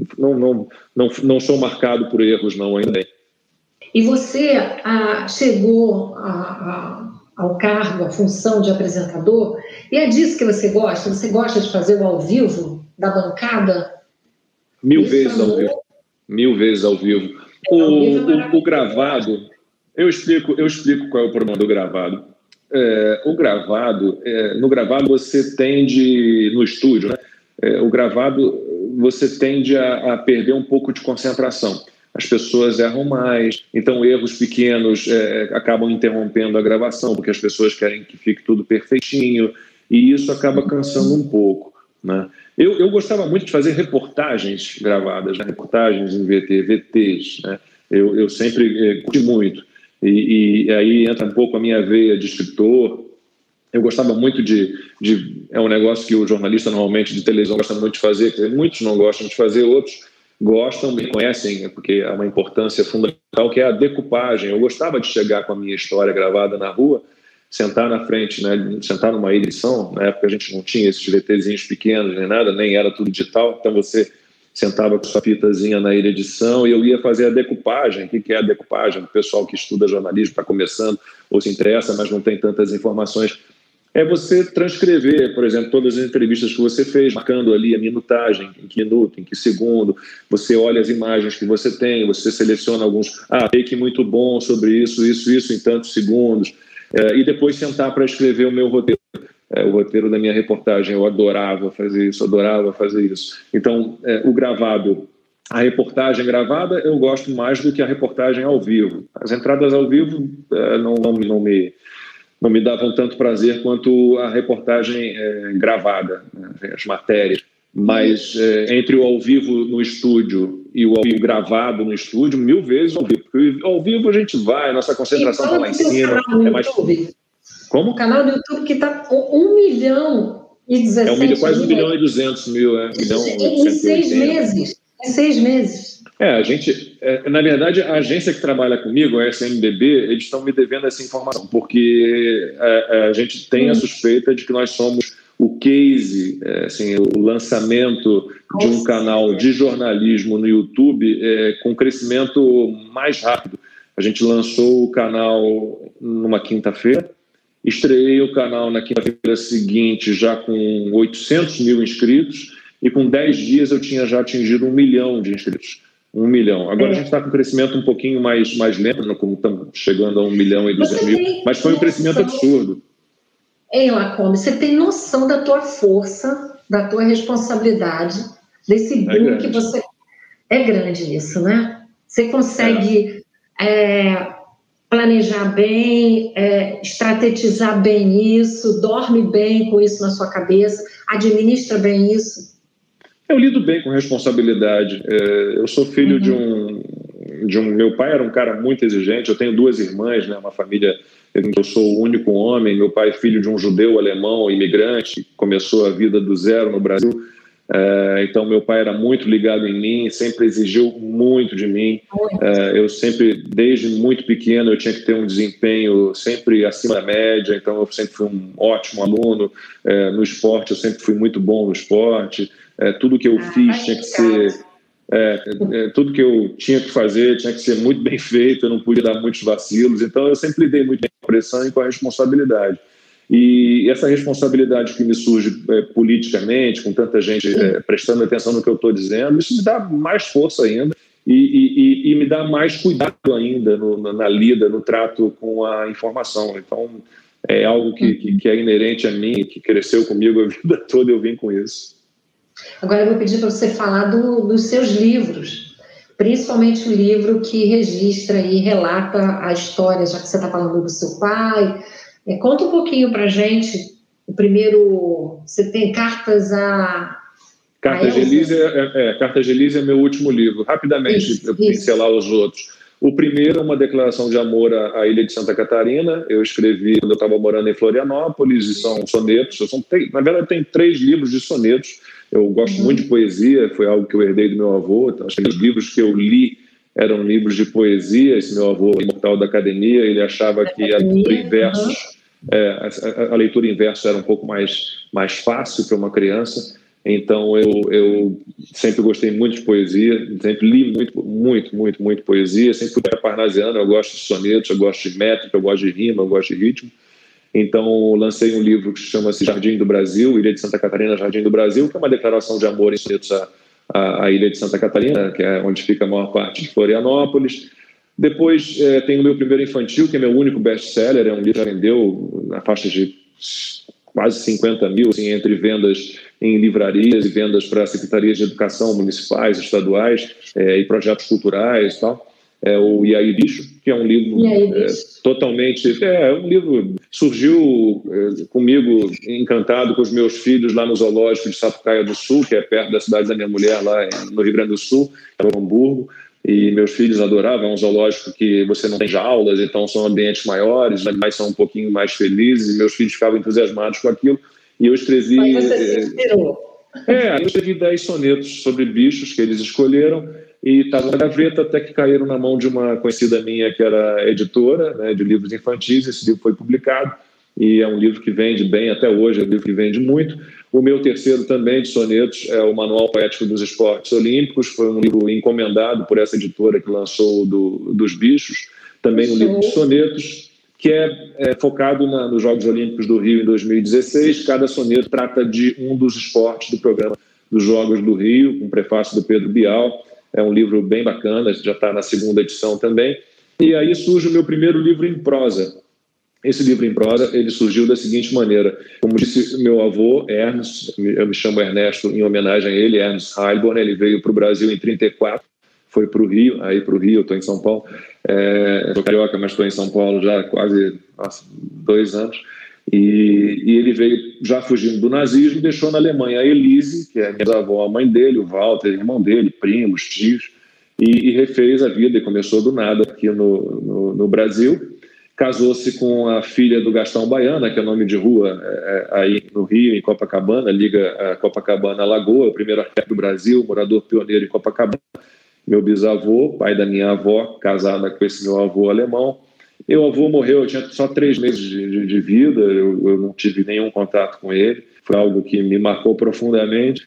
não sou marcado por erros, não, ainda bem. E você chegou ao cargo, à função de apresentador, e é disso que você gosta? Você gosta de fazer o ao vivo, da bancada? Mil vezes ao vivo. O gravado, eu explico qual é o problema do gravado. No gravado você tende, no estúdio, né? O gravado você tende a perder um pouco de concentração. As pessoas erram mais, então erros pequenos acabam interrompendo a gravação, porque as pessoas querem que fique tudo perfeitinho, e isso acaba cansando um pouco, né? Eu gostava muito de fazer reportagens gravadas, né? Reportagens em VT, VTs, né? Eu sempre curti muito. E aí entra um pouco a minha veia de escritor. Eu gostava muito é um negócio que o jornalista normalmente de televisão gosta muito de fazer, que muitos não gostam de fazer, outros gostam, me conhecem, porque há uma importância fundamental, que é a decupagem. Eu gostava de chegar com a minha história gravada na rua, sentar na frente, né, sentar numa edição. Na época a gente não tinha esses VTzinhos pequenos nem nada, nem era tudo digital, então você sentava com sua fitazinha na edição e eu ia fazer a decupagem. O que é a decupagem? O pessoal que estuda jornalismo está começando ou se interessa, mas não tem tantas informações. É você transcrever, por exemplo, todas as entrevistas que você fez, marcando ali a minutagem, em que minuto, em que segundo, você olha as imagens que você tem, você seleciona alguns, take muito bom sobre isso, em tantos segundos, e depois sentar para escrever o meu roteiro. O roteiro da minha reportagem, eu adorava fazer isso. Então, o gravado, a reportagem gravada, eu gosto mais do que a reportagem ao vivo. As entradas ao vivo não me davam tanto prazer quanto a reportagem gravada, né, as matérias. Mas entre o ao vivo no estúdio e o ao vivo gravado no estúdio, 1000 vezes ao vivo. Porque ao vivo a gente vai, nossa concentração está lá em cima. É mais... Como? O canal do YouTube que está com 1.017 mil. Quase 1.200.000. Em 6 meses. Em 6 meses. A gente, na verdade, a agência que trabalha comigo, a SMBB, eles estão me devendo essa informação, porque a gente tem a suspeita de que nós somos o case, assim, o lançamento de um canal de jornalismo no YouTube com crescimento mais rápido. A gente lançou o canal numa quinta-feira, estreei o canal na quinta-feira seguinte já com 800 mil inscritos e com 10 dias eu tinha já atingido 1 milhão de inscritos. 1 milhão. Agora a gente está com um crescimento um pouquinho mais lento, como estamos chegando a 1.200.000, mas foi um crescimento absurdo. Ei, Lacombe, você tem noção da tua força, da tua responsabilidade, desse boom que você... É grande isso, né? Você consegue planejar bem, estrategizar bem isso, dorme bem com isso na sua cabeça, administra bem isso? Eu lido bem com responsabilidade. Eu sou filho de um... Meu pai era um cara muito exigente. Eu tenho 2 irmãs, né? Uma família em que eu sou o único homem. Meu pai é filho de um judeu alemão, imigrante, começou a vida do zero no Brasil. Então, meu pai era muito ligado em mim, sempre exigiu muito de mim. Eu sempre, desde muito pequeno, eu tinha que ter um desempenho sempre acima da média. Então, eu sempre fui um ótimo aluno. No esporte, eu sempre fui muito bom no esporte. Tudo que eu fiz tinha que ser... tudo que eu tinha que fazer tinha que ser muito bem feito, eu não podia dar muitos vacilos. Então, eu sempre lidei muito bem com a pressão e com a responsabilidade. E essa responsabilidade que me surge politicamente, com tanta gente prestando atenção no que eu estou dizendo, isso me dá mais força ainda e me dá mais cuidado ainda na lida, no trato com a informação. Então, é algo que é inerente a mim, que cresceu comigo a vida toda, eu vim com isso. Agora eu vou pedir para você falar dos seus livros, principalmente o livro que registra e relata a história, já que você está falando do seu pai. Conta um pouquinho para a gente. O primeiro, você tem Cartas a... Cartas de Elise é meu último livro. Rapidamente, eu pincelar os outros. O primeiro é uma declaração de amor à ilha de Santa Catarina. Eu escrevi quando eu estava morando em Florianópolis, e são sonetos. Na verdade, tem 3 livros de sonetos. Eu gosto muito de poesia, foi algo que eu herdei do meu avô. Então, os livros que eu li eram livros de poesia. Esse meu avô, imortal da academia, ele achava que a leitura em versos, a leitura em versos era um pouco mais fácil para uma criança. Então, eu sempre gostei muito de poesia, sempre li muito poesia, sempre fui parnasiano. Eu gosto de sonetos, eu gosto de métrica, eu gosto de rima, eu gosto de ritmo. Então, lancei um livro que chama-se Jardim do Brasil, Ilha de Santa Catarina, Jardim do Brasil, que é uma declaração de amor em sonetos à Ilha de Santa Catarina, que é onde fica a maior parte de Florianópolis. Depois, tem o meu primeiro infantil, que é meu único best-seller, é um livro que já vendeu na faixa de quase 50 mil, assim, entre vendas em livrarias e vendas para secretarias de educação municipais, estaduais e projetos culturais e tal. é o E aí, Bicho, que é um livro totalmente... um livro surgiu comigo, encantado com os meus filhos lá no zoológico de Sapucaia do Sul, que é perto da cidade da minha mulher, lá no Rio Grande do Sul, em Hamburgo. E meus filhos adoravam. É um zoológico que você não tem jaulas, então são ambientes maiores, os animais são um pouquinho mais felizes, e meus filhos ficavam entusiasmados com aquilo. E eu escrevi... Mas você se inspirou. Eu escrevi 10 sonetos sobre bichos que eles escolheram, e estava na gaveta até que caíram na mão de uma conhecida minha que era editora, né, de livros infantis. Esse livro foi publicado e é um livro que vende bem até hoje, é um livro que vende muito. O meu terceiro também de sonetos é o Manual Poético dos Esportes Olímpicos, foi um livro encomendado por essa editora que lançou dos bichos, também um livro de sonetos que é focado nos Jogos Olímpicos do Rio em 2016. Cada soneto trata de um dos esportes do programa dos Jogos do Rio, com prefácio do Pedro Bial. É um livro bem bacana, já está na segunda edição também. E aí surge o meu primeiro livro em prosa. Esse livro em prosa, ele surgiu da seguinte maneira. Como disse meu avô, Ernst, eu me chamo Ernesto em homenagem a ele, Ernst Heilborn, ele veio para o Brasil em 1934, foi para o Rio, eu estou em São Paulo, sou carioca, mas estou em São Paulo já há quase 2 anos, e ele veio já fugindo do nazismo e deixou na Alemanha a Elise, que é a minha avó, a mãe dele, o Walter, irmão dele, primos, tios, e refez a vida e começou do nada aqui no Brasil. Casou-se com a filha do Gastão Baiana, que é nome de rua aí no Rio, em Copacabana, liga a Copacabana à Lagoa, o primeiro arquiteto do Brasil, morador pioneiro em Copacabana. Meu bisavô, pai da minha avó, casada com esse meu avô alemão. Meu avô morreu, eu tinha só 3 meses de vida, eu não tive nenhum contato com ele. Foi algo que me marcou profundamente,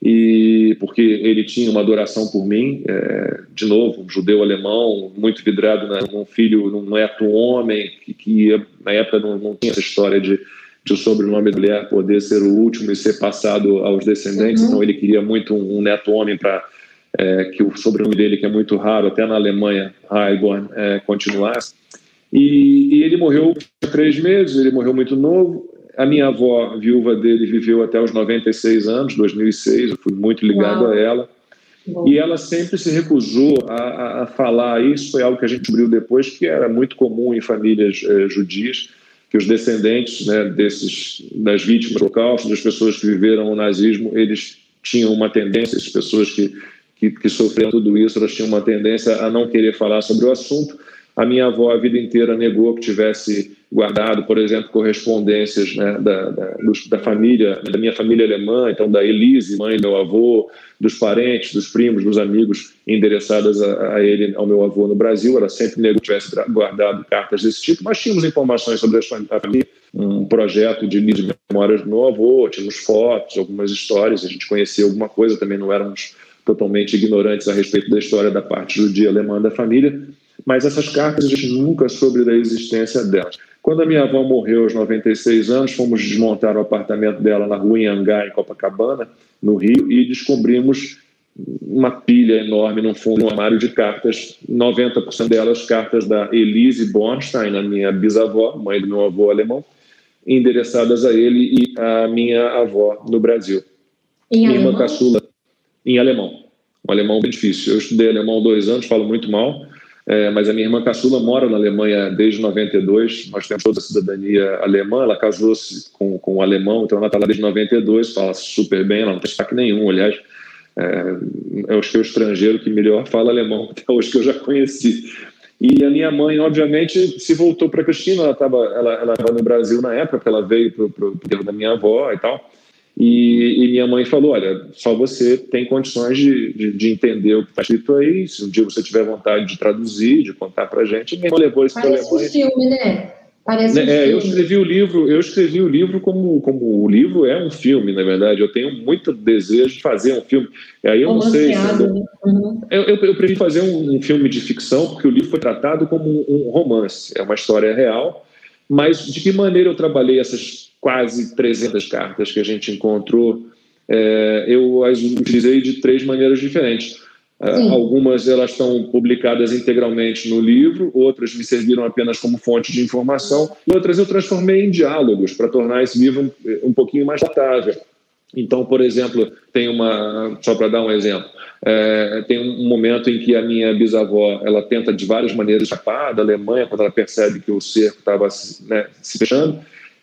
e porque ele tinha uma adoração por mim, de novo, um judeu alemão, muito vidrado num filho, num neto homem, que na época não tinha essa história de o sobrenome da mulher poder ser o último e ser passado aos descendentes. Então ele queria muito um neto homem para que o sobrenome dele, que é muito raro, até na Alemanha, Heilborn, continuasse. E ele morreu há 3 meses, ele morreu muito novo. A minha avó, viúva dele, viveu até os 96 anos, 2006, eu fui muito ligado a ela. Bom. E ela sempre se recusou a falar. Isso foi algo que a gente descobriu depois, que era muito comum em famílias judias, que os descendentes, né, das vítimas do Holocausto, das pessoas que viveram o nazismo, eles tinham uma tendência, as pessoas que sofreram tudo isso, elas tinham uma tendência a não querer falar sobre o assunto. A minha avó a vida inteira negou que tivesse guardado, por exemplo, correspondências, né, da família, da minha família alemã, então da Elise, mãe do meu avô, dos parentes, dos primos, dos amigos, endereçadas a ele, ao meu avô no Brasil. Ela sempre negou que tivesse guardado cartas desse tipo, mas tínhamos informações sobre a família, um projeto de livro de memórias do meu avô, tínhamos fotos, algumas histórias, a gente conhecia alguma coisa, também não éramos totalmente ignorantes a respeito da história da parte judia alemã da família, mas essas cartas a gente nunca soube da existência delas. Quando a minha avó morreu aos 96 anos, fomos desmontar o apartamento dela na rua Anhangá, em Copacabana, no Rio, e descobrimos uma pilha enorme no fundo de um armário de cartas, 90% delas cartas da Elise Bornstein, a minha bisavó, mãe do meu avô alemão, endereçadas a ele e a minha avó no Brasil. Em minha alemão? Irmã caçula, em alemão. Um alemão bem difícil. Eu estudei alemão 2 anos, falo muito mal, mas a minha irmã caçula mora na Alemanha desde 92, nós temos toda a cidadania alemã, ela casou-se com um alemão, então ela está lá desde 92, fala super bem, ela não tem sotaque nenhum, aliás, é o estrangeiro que melhor fala alemão até hoje que eu já conheci. E a minha mãe, obviamente, se voltou para Cristina, ela estava no Brasil na época, porque ela veio para o terreno da minha avó e tal. E minha mãe falou, olha, só você tem condições de entender o que está escrito aí, se um dia você tiver vontade de traduzir, de contar para a gente. E minha irmã levou isso para a Alemanha. Parece um filme, né? Parece um filme. Eu escrevi o livro como o livro é um filme, na verdade. Eu tenho muito desejo de fazer um filme. Aí eu não sei. Eu prefiro fazer um filme de ficção, porque o livro foi tratado como um romance. É uma história real. Mas de que maneira eu trabalhei essas quase 300 cartas que a gente encontrou? Eu as utilizei de 3 maneiras diferentes. Algumas elas estão publicadas integralmente no livro, outras me serviram apenas como fonte de informação, e outras eu transformei em diálogos para tornar esse livro um pouquinho mais datável. Então, por exemplo, só para dar um exemplo, tem um momento em que a minha bisavó, ela tenta de várias maneiras escapar da Alemanha, quando ela percebe que o cerco estava, né, se fechando.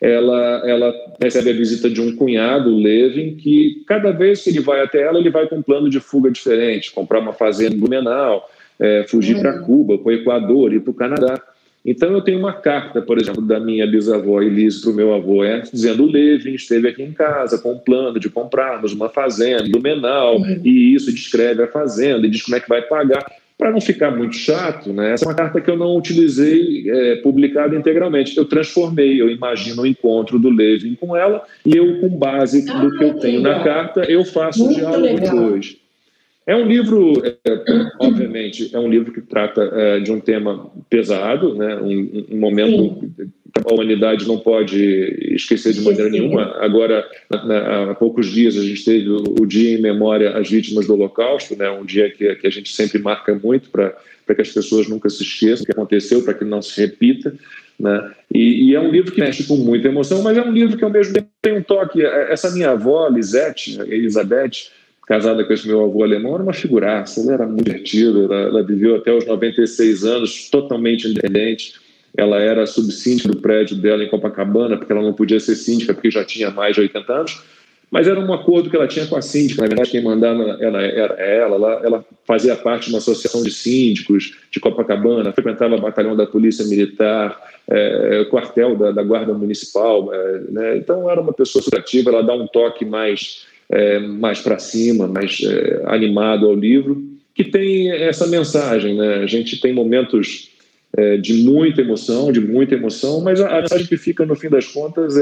Ela recebe a visita de um cunhado, o Levin, que cada vez que ele vai até ela, ele vai com um plano de fuga diferente, comprar uma fazenda em Blumenau, fugir para Cuba, para o Equador, ir para o Canadá. Então, eu tenho uma carta, por exemplo, da minha bisavó Elise para o meu avô, dizendo: o Levin esteve aqui em casa com um plano de comprarmos uma fazenda em Blumenau, e isso descreve a fazenda, e diz como é que vai pagar. Para não ficar muito chato, né? Essa é uma carta que eu não utilizei publicada integralmente. Eu transformei, eu imagino o encontro do Levin com ela, e eu, com base no que eu tenho na carta, eu faço o diálogo dos dois. É um livro, obviamente, é um livro que trata de um tema pesado, né? Um momento que a humanidade não pode esquecer de maneira nenhuma. Agora, há poucos dias, a gente teve o Dia em Memória às Vítimas do Holocausto, né? Um dia que a gente sempre marca muito para que as pessoas nunca se esqueçam o que aconteceu, para que não se repita. Né? E é um livro que mexe com muita emoção, mas é um livro que, ao mesmo tempo, tem um toque. Essa minha avó, Elizabeth, casada com esse meu avô alemão, era uma figuraça, ela era muito divertida, ela viveu até os 96 anos, totalmente independente. Ela era subsíndica do prédio dela em Copacabana, porque ela não podia ser síndica, porque já tinha mais de 80 anos, mas era um acordo que ela tinha com a síndica. Na verdade, quem mandava era ela fazia parte de uma associação de síndicos de Copacabana, frequentava o batalhão da Polícia Militar, o quartel da Guarda Municipal, né? Então, era uma pessoa super ativa, ela dá um toque mais para cima, mais animado ao livro, que tem essa mensagem, né? A gente tem momentos de muita emoção, mas a mensagem que fica no fim das contas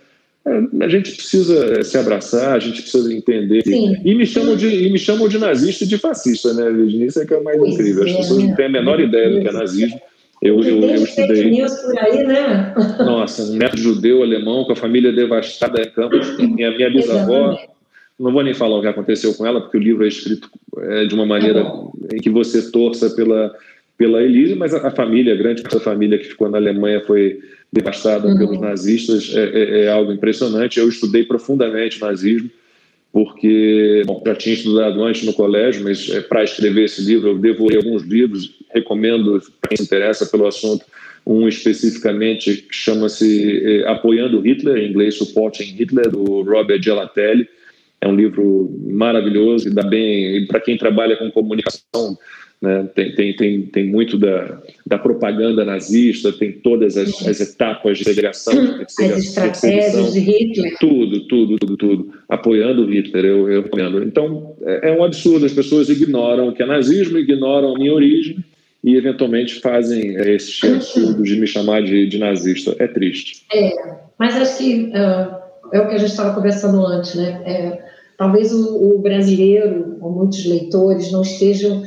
a gente precisa se abraçar, a gente precisa entender. E me chamam de nazista e de fascista, né, Virginia? Isso é que é o mais incrível. As pessoas não têm a menor ideia do que é nazismo. Eu estudei. News por aí, né? Nossa, um neto judeu alemão com a família devastada em Campos. Minha bisavó. Não vou nem falar o que aconteceu com ela, porque o livro é escrito de uma maneira em que você torça pela Elise, mas a família, a grande família que ficou na Alemanha foi devastada pelos nazistas, é algo impressionante. Eu estudei profundamente o nazismo, porque já tinha estudado antes no colégio, mas para escrever esse livro eu devorei alguns livros, recomendo para quem se interessa pelo assunto, um especificamente que chama-se Apoiando Hitler, em inglês Supporting Hitler, do Robert Gelatelli. É um livro maravilhoso e dá bem para quem trabalha com comunicação, né? Tem muito da propaganda nazista, tem todas as etapas de segregação, as estratégias de Hitler. Tudo. Apoiando Hitler, eu recomendo. Então, é um absurdo, as pessoas ignoram o que é nazismo, ignoram a minha origem e, eventualmente, fazem esse absurdo de me chamar de nazista. É triste. Mas acho que é o que a gente estava conversando antes, né? Talvez o brasileiro, ou muitos leitores, não estejam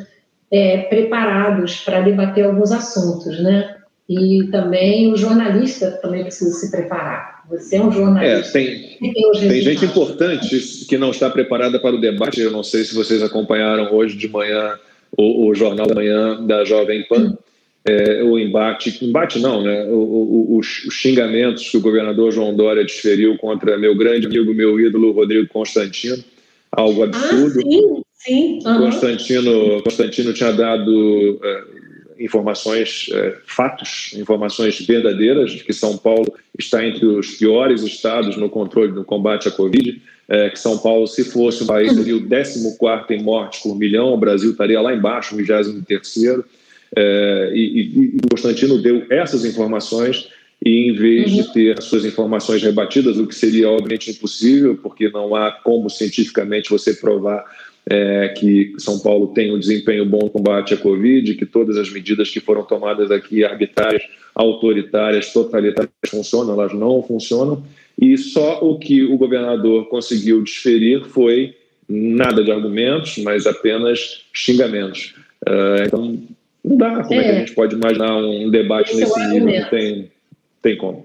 preparados para debater alguns assuntos, né? E também o jornalista também precisa se preparar. Você é um jornalista. Tem gente importante que não está preparada para o debate. Eu não sei se vocês acompanharam hoje de manhã o Jornal da Manhã da Jovem Pan, o embate não, né? Os xingamentos que o governador João Dória desferiu contra meu grande amigo, meu ídolo, Rodrigo Constantino, algo absurdo. Sim. Constantino tinha dado informações, fatos, informações verdadeiras, de que São Paulo está entre os piores estados no controle, no combate à Covid, que São Paulo, se fosse um país, seria o 14º em mortes por milhão, o Brasil estaria lá embaixo, o 23º. E Constantino deu essas informações e, em vez de ter as suas informações rebatidas, o que seria obviamente impossível, porque não há como cientificamente você provar que São Paulo tem um desempenho bom no combate à Covid, que todas as medidas que foram tomadas aqui, arbitrárias, autoritárias, totalitárias, funcionam, elas não funcionam, e só o que o governador conseguiu desferir foi nada de argumentos, mas apenas xingamentos. Então, não dá. Como é que a gente pode imaginar um debate nesse nível? Não tem como.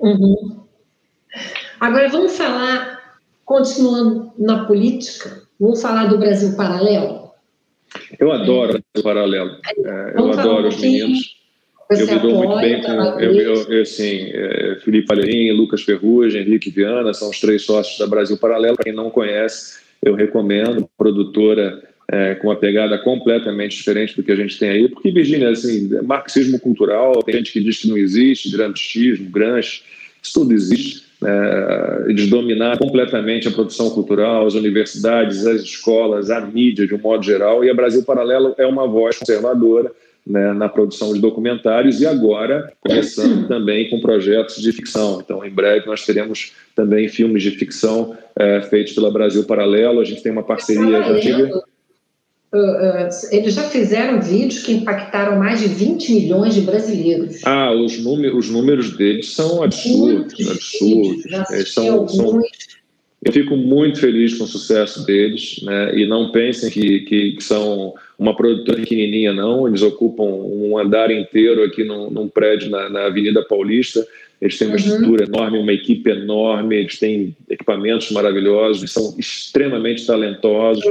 Agora, vamos falar, continuando na política, vamos falar do Brasil Paralelo? Eu adoro o Brasil Paralelo. Eu adoro os meninos. Eu me dou muito bem com Felipe Palherim, Lucas Ferrugem, Henrique Viana, são os 3 sócios da Brasil Paralelo. Para quem não conhece, eu recomendo, produtora com uma pegada completamente diferente do que a gente tem aí, porque, Virgínia, assim, marxismo cultural, tem gente que diz que não existe, gramscismo, Gramsci, isso tudo existe. Eles dominaram completamente a produção cultural, as universidades, as escolas, a mídia de um modo geral, e a Brasil Paralelo é uma voz conservadora, né, na produção de documentários, e agora começando também com projetos de ficção. Então, em breve, nós teremos também filmes de ficção feitos pela Brasil Paralelo. A gente tem uma parceria antiga. Eles já fizeram vídeos que impactaram mais de 20 milhões de brasileiros. Os números deles são absurdos. Eu fico muito feliz com o sucesso deles, né? E não pensem que são uma produtora pequenininha, não. Eles ocupam um andar inteiro aqui num prédio na Avenida Paulista. Eles têm uma estrutura enorme, uma equipe enorme, eles têm equipamentos maravilhosos, eles são extremamente talentosos.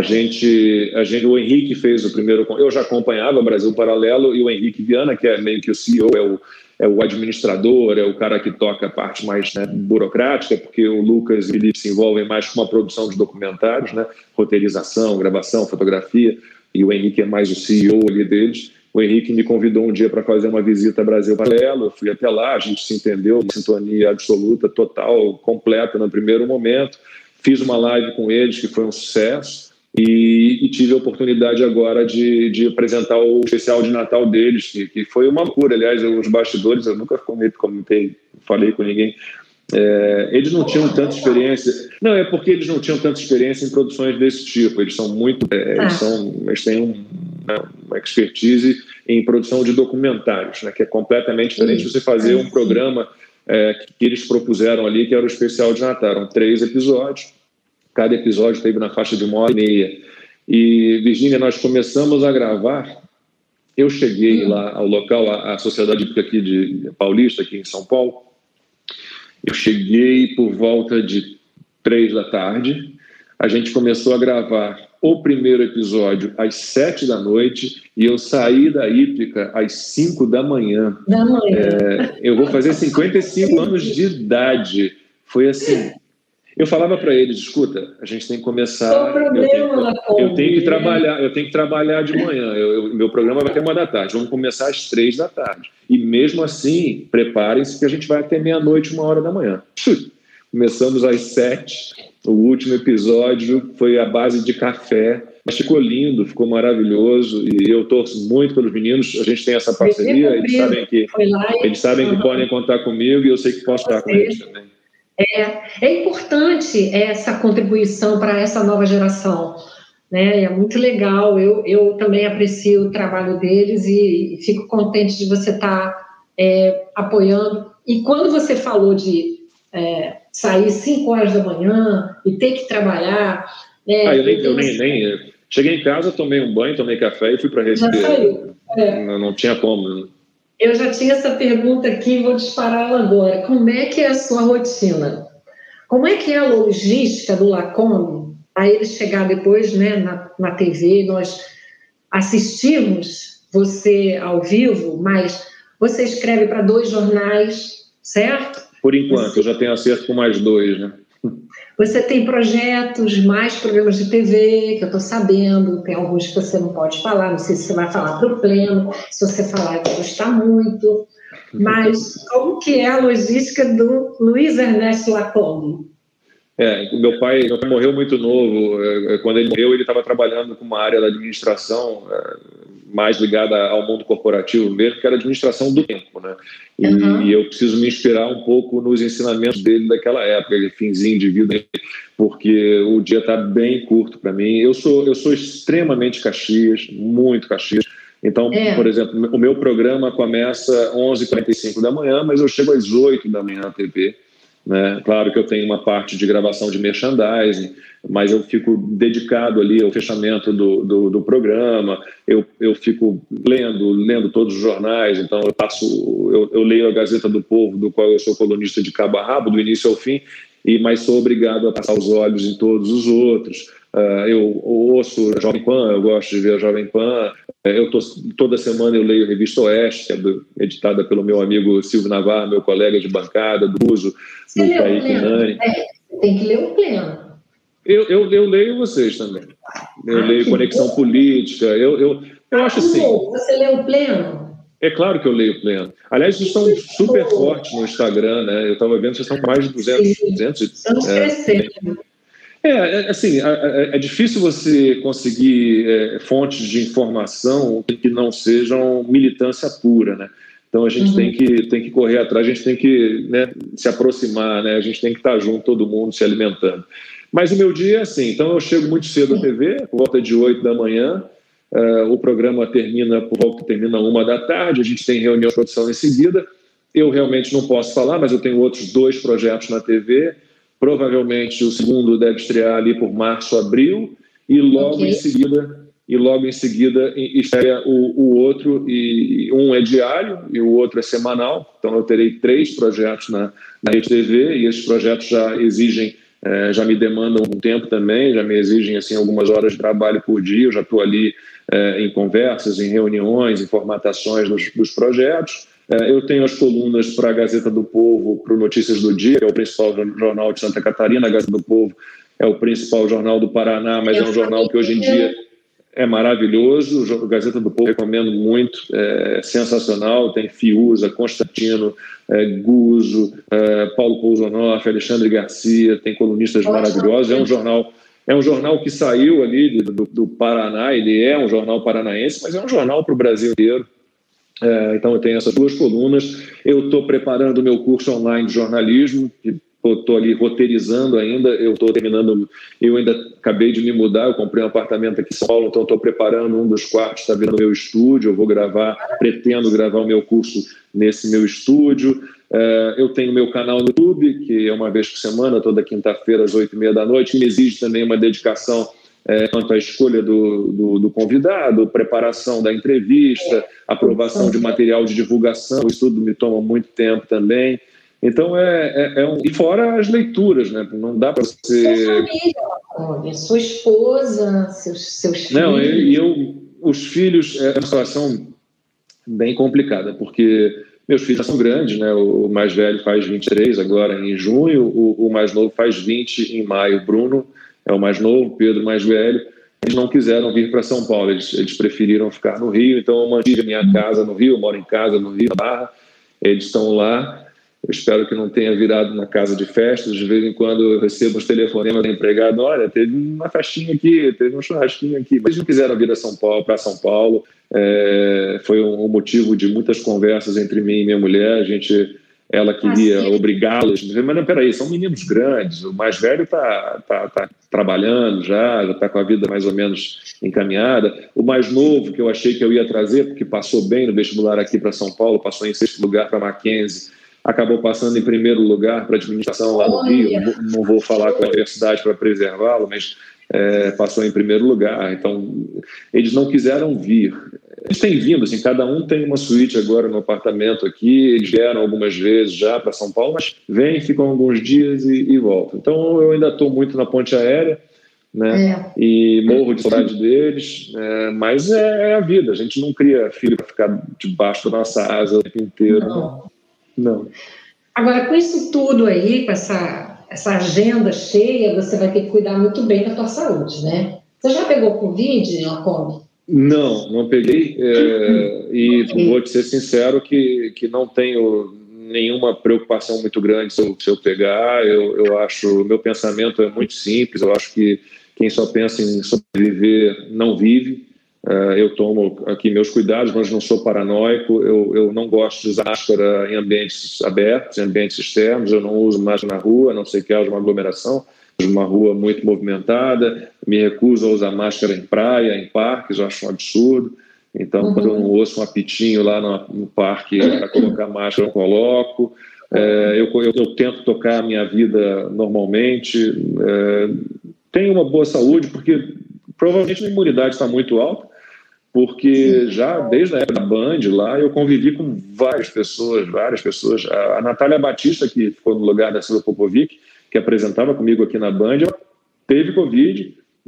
O Henrique fez o primeiro... Eu já acompanhava o Brasil Paralelo, e o Henrique Viana, que é meio que o CEO, é o administrador, é o cara que toca a parte mais, né, burocrática, porque o Lucas e o Felipe se envolvem mais com a produção de documentários, né, roteirização, gravação, fotografia, e o Henrique é mais o CEO ali deles. O Henrique me convidou um dia para fazer uma visita ao Brasil Paralelo, eu fui até lá, a gente se entendeu, uma sintonia absoluta, total, completa no primeiro momento. Fiz uma live com eles, que foi um sucesso, e tive a oportunidade agora de apresentar o especial de Natal deles, que foi uma loucura. Aliás, os bastidores, eu nunca falei com ninguém. Eles não tinham tanta experiência. Não, é porque eles não tinham tanta experiência em produções desse tipo. Eles são muito... eles têm uma expertise em produção de documentários, né, que é completamente diferente de você fazer um programa que eles propuseram ali, que era o especial de Natal. Eram 3 episódios. Cada episódio teve na faixa de 1h30. E, Virgínia, nós começamos a gravar. Eu cheguei lá ao local, a Sociedade Hípica aqui de Paulista, aqui em São Paulo. Eu cheguei por volta de 3 da tarde. A gente começou a gravar o primeiro episódio às 7 da noite e eu saí da Hípica às 5 da manhã. Eu vou fazer 55 anos de idade. Foi assim... Eu falava para eles, escuta, a gente tem que começar... Eu tenho que trabalhar de manhã. Meu programa vai ter 1 da tarde. Vamos começar às 3 da tarde. E mesmo assim, preparem-se que a gente vai até meia-noite, 1h da manhã. Começamos às 7. O último episódio foi à base de café. Mas ficou lindo, ficou maravilhoso. E eu torço muito pelos meninos. A gente tem essa parceria. Eles sabem que podem contar comigo e eu sei que posso estar com eles também. É importante essa contribuição para essa nova geração, né? É muito legal, eu também aprecio o trabalho deles e fico contente de você estar apoiando. E quando você falou de sair 5 horas da manhã e ter que trabalhar... Cheguei em casa, tomei um banho, tomei café e fui para receber. Não tinha como... Eu já tinha essa pergunta aqui e vou dispará-la agora. Como é que é a sua rotina? Como é que é a logística do Lacombe? A ele chegar depois, né, na TV, nós assistimos você ao vivo, mas você escreve para 2 jornais, certo? Por enquanto, eu já tenho acerto com mais 2, né? Você tem projetos, mais programas de TV, que eu estou sabendo, tem alguns que você não pode falar, não sei se você vai falar para o Pleno, se você falar eu vou gostar muito, mas como que é a logística do Luiz Ernesto Lacombe? Meu pai morreu muito novo. Quando ele morreu, ele estava trabalhando com uma área da administração mais ligada ao mundo corporativo mesmo, que era a administração do tempo, né? E eu preciso me inspirar um pouco nos ensinamentos dele daquela época, aquele finzinho de vida, porque o dia está bem curto para mim. Eu sou extremamente Caxias, muito Caxias. Então, por exemplo, o meu programa começa às 11h45 da manhã, mas eu chego às 8 da manhã na TV. Né? Claro que eu tenho uma parte de gravação de merchandising, mas eu fico dedicado ali ao fechamento do programa, eu fico lendo todos os jornais, então eu leio a Gazeta do Povo, do qual eu sou colunista de cabo a rabo, do início ao fim, mas sou obrigado a passar os olhos em todos os outros. Eu ouço a Jovem Pan, eu gosto de ver a Jovem Pan, Toda semana eu leio a Revista Oeste, que é editada pelo meu amigo Silvio Navarro, meu colega de bancada, do Uso, do Kaique Nani. Tem que ler o Pleno. Eu leio vocês também. Eu leio Conexão Política. Eu acho assim... Você lê o Pleno? É claro que eu leio o Pleno. Aliás, vocês estão super fortes no Instagram, né? Eu estava vendo que vocês estão mais de 200. Estamos crescendo. Assim, é difícil você conseguir fontes de informação que não sejam militância pura, né? Então a gente tem que correr atrás, a gente tem que, né, se aproximar, né? A gente tem que estar junto, todo mundo se alimentando. Mas o meu dia é assim, então eu chego muito cedo à TV, por volta de 8 da manhã, o programa termina 1 da tarde, a gente tem reunião de produção em seguida. Eu realmente não posso falar, mas eu tenho outros 2 projetos na TV. Provavelmente o segundo deve estrear ali por março, abril, e logo em seguida estreia o outro, e um é diário e o outro é semanal. Então eu terei 3 projetos na Rede TV, e esses projetos já exigem, já me demandam um tempo também, já me exigem assim, algumas horas de trabalho por dia. Eu já estou ali em conversas, em reuniões, em formatações dos projetos. Eu tenho as colunas para a Gazeta do Povo, para o Notícias do Dia, que é o principal jornal de Santa Catarina. A Gazeta do Povo é o principal jornal do Paraná, mas é um jornal que hoje em dia é maravilhoso. A Gazeta do Povo recomendo muito, é sensacional. Tem Fiuza, Constantino, Guzzo, Paulo Pousonoff, Alexandre Garcia, tem colunistas maravilhosos. É um jornal que saiu ali do Paraná, ele é um jornal paranaense, mas é um jornal para o Brasil inteiro. Então eu tenho essas 2 colunas. Eu estou preparando o meu curso online de jornalismo, estou ali roteirizando ainda. Eu estou terminando, eu ainda acabei de me mudar, eu comprei um apartamento aqui em São Paulo, então estou preparando um dos quartos, está vendo o meu estúdio. Eu vou pretendo gravar o meu curso nesse meu estúdio. Eu tenho meu canal no YouTube, que é uma vez por semana, toda quinta-feira às 8h30 da noite, que me exige também uma dedicação quanto à escolha do convidado, preparação da entrevista, aprovação de material de divulgação. Isso tudo me toma muito tempo também. Então, e fora as leituras, né? Não dá para você... Sua família, sua esposa, seus filhos... Não, os filhos é uma situação bem complicada, porque meus filhos são grandes, né? O mais velho faz 23 agora em junho, o mais novo faz 20 em maio. Bruno é o mais novo, Pedro mais velho. Eles não quiseram vir para São Paulo, eles preferiram ficar no Rio. Então eu mantive a minha casa no Rio, eu moro em casa no Rio, na Barra. Eles estão lá. Eu espero que não tenha virado uma casa de festas. De vez em quando eu recebo os telefonemas do empregado: olha, teve uma festinha aqui, teve um churrasquinho aqui. Mas eles não quiseram vir para São Paulo. Foi um motivo de muitas conversas entre mim e minha mulher. Ela queria obrigá-los, mas não, peraí, são meninos grandes. O mais velho está trabalhando já está com a vida mais ou menos encaminhada. O mais novo, que eu achei que eu ia trazer, porque passou bem no vestibular aqui para São Paulo, passou em 6º lugar para Mackenzie, acabou passando em 1º lugar para administração lá no Rio. Não vou falar com a universidade para preservá-lo, mas passou em 1º lugar. Então, eles não quiseram vir. Eles têm vindo, assim, cada um tem uma suíte agora no apartamento aqui. Eles vieram algumas vezes já para São Paulo, mas vêm, ficam alguns dias e voltam. Então, eu ainda estou muito na ponte aérea, né? E morro de saudade deles, mas é a vida. A gente não cria filho para ficar debaixo da nossa asa o tempo inteiro. Não. Agora, com isso tudo aí, com essa agenda cheia, você vai ter que cuidar muito bem da tua saúde, né? Você já pegou Covid, Lacombe? Não peguei, e vou te ser sincero que não tenho nenhuma preocupação muito grande se eu pegar. Eu acho, meu pensamento é muito simples. Eu acho que quem só pensa em sobreviver não vive. Eu tomo aqui meus cuidados, mas não sou paranoico. Eu não gosto de usar máscara em ambientes abertos, em ambientes externos. Eu não uso máscara na rua, a não ser que haja uma aglomeração, uma rua muito movimentada. Me recuso a usar máscara em praia, em parques. Eu acho um absurdo. Então, quando eu não ouço um apitinho lá no parque para colocar máscara, eu coloco. Eu tento tocar a minha vida normalmente. Tenho uma boa saúde, porque provavelmente a imunidade está muito alta, porque já desde a época da Band lá eu convivi com várias pessoas. A Natália Batista, que ficou no lugar da Silvia Popovic, que apresentava comigo aqui na Band, ela teve Covid,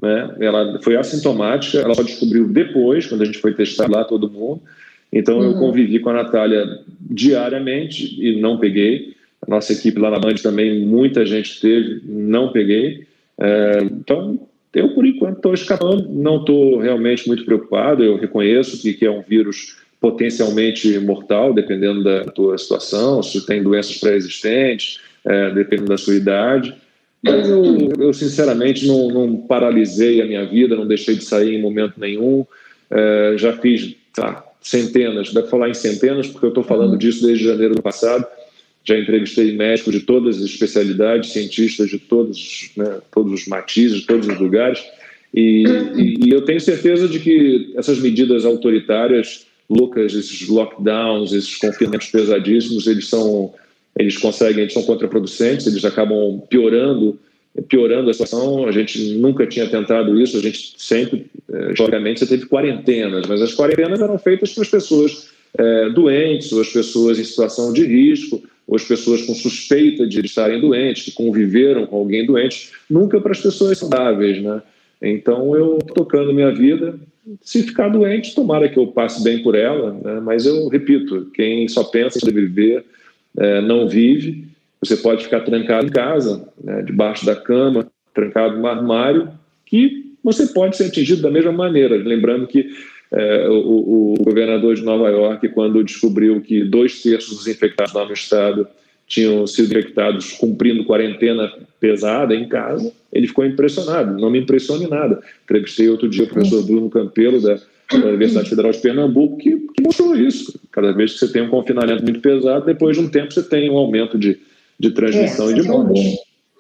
né? Ela foi assintomática, ela só descobriu depois, quando a gente foi testar lá todo mundo. Então eu convivi com a Natália diariamente e não peguei. A nossa equipe lá na Band também, muita gente teve, não peguei. Então eu, por enquanto, estou escapando, não estou realmente muito preocupado. Eu reconheço que é um vírus potencialmente mortal, dependendo da tua situação, se tem doenças pré-existentes, dependendo da sua idade. Mas eu sinceramente, não paralisei a minha vida, não deixei de sair em momento nenhum. Já fiz centenas, deve falar em centenas, porque eu estou falando disso desde janeiro do passado. Já entrevistei médicos de todas as especialidades, cientistas de todos os matizes, de todos os lugares. E eu tenho certeza de que essas medidas autoritárias loucas, esses lockdowns, esses confinamentos pesadíssimos, eles são contraproducentes, eles acabam piorando a situação. A gente nunca tinha tentado isso, a gente sempre, historicamente, você teve quarentenas, mas as quarentenas eram feitas para as pessoas doentes, ou as pessoas em situação de risco, ou as pessoas com suspeita de estarem doentes, que conviveram com alguém doente, nunca para as pessoas saudáveis, né? Então eu estou tocando minha vida. Se ficar doente, tomara que eu passe bem por ela, né? Mas eu repito, quem só pensa em sobreviver não vive. Você pode ficar trancado em casa, né, debaixo da cama, trancado no armário, que você pode ser atingido da mesma maneira. Lembrando que o governador de Nova York, quando descobriu que 2/3 dos infectados lá no estado tinham sido infectados cumprindo quarentena pesada em casa, ele ficou impressionado. Não me impressiona em nada. Entrevistei outro dia o professor Bruno Campelo, da Universidade Federal de Pernambuco, que mostrou isso. Cada vez que você tem um confinamento muito pesado, depois de um tempo você tem um aumento de transmissão e de morte.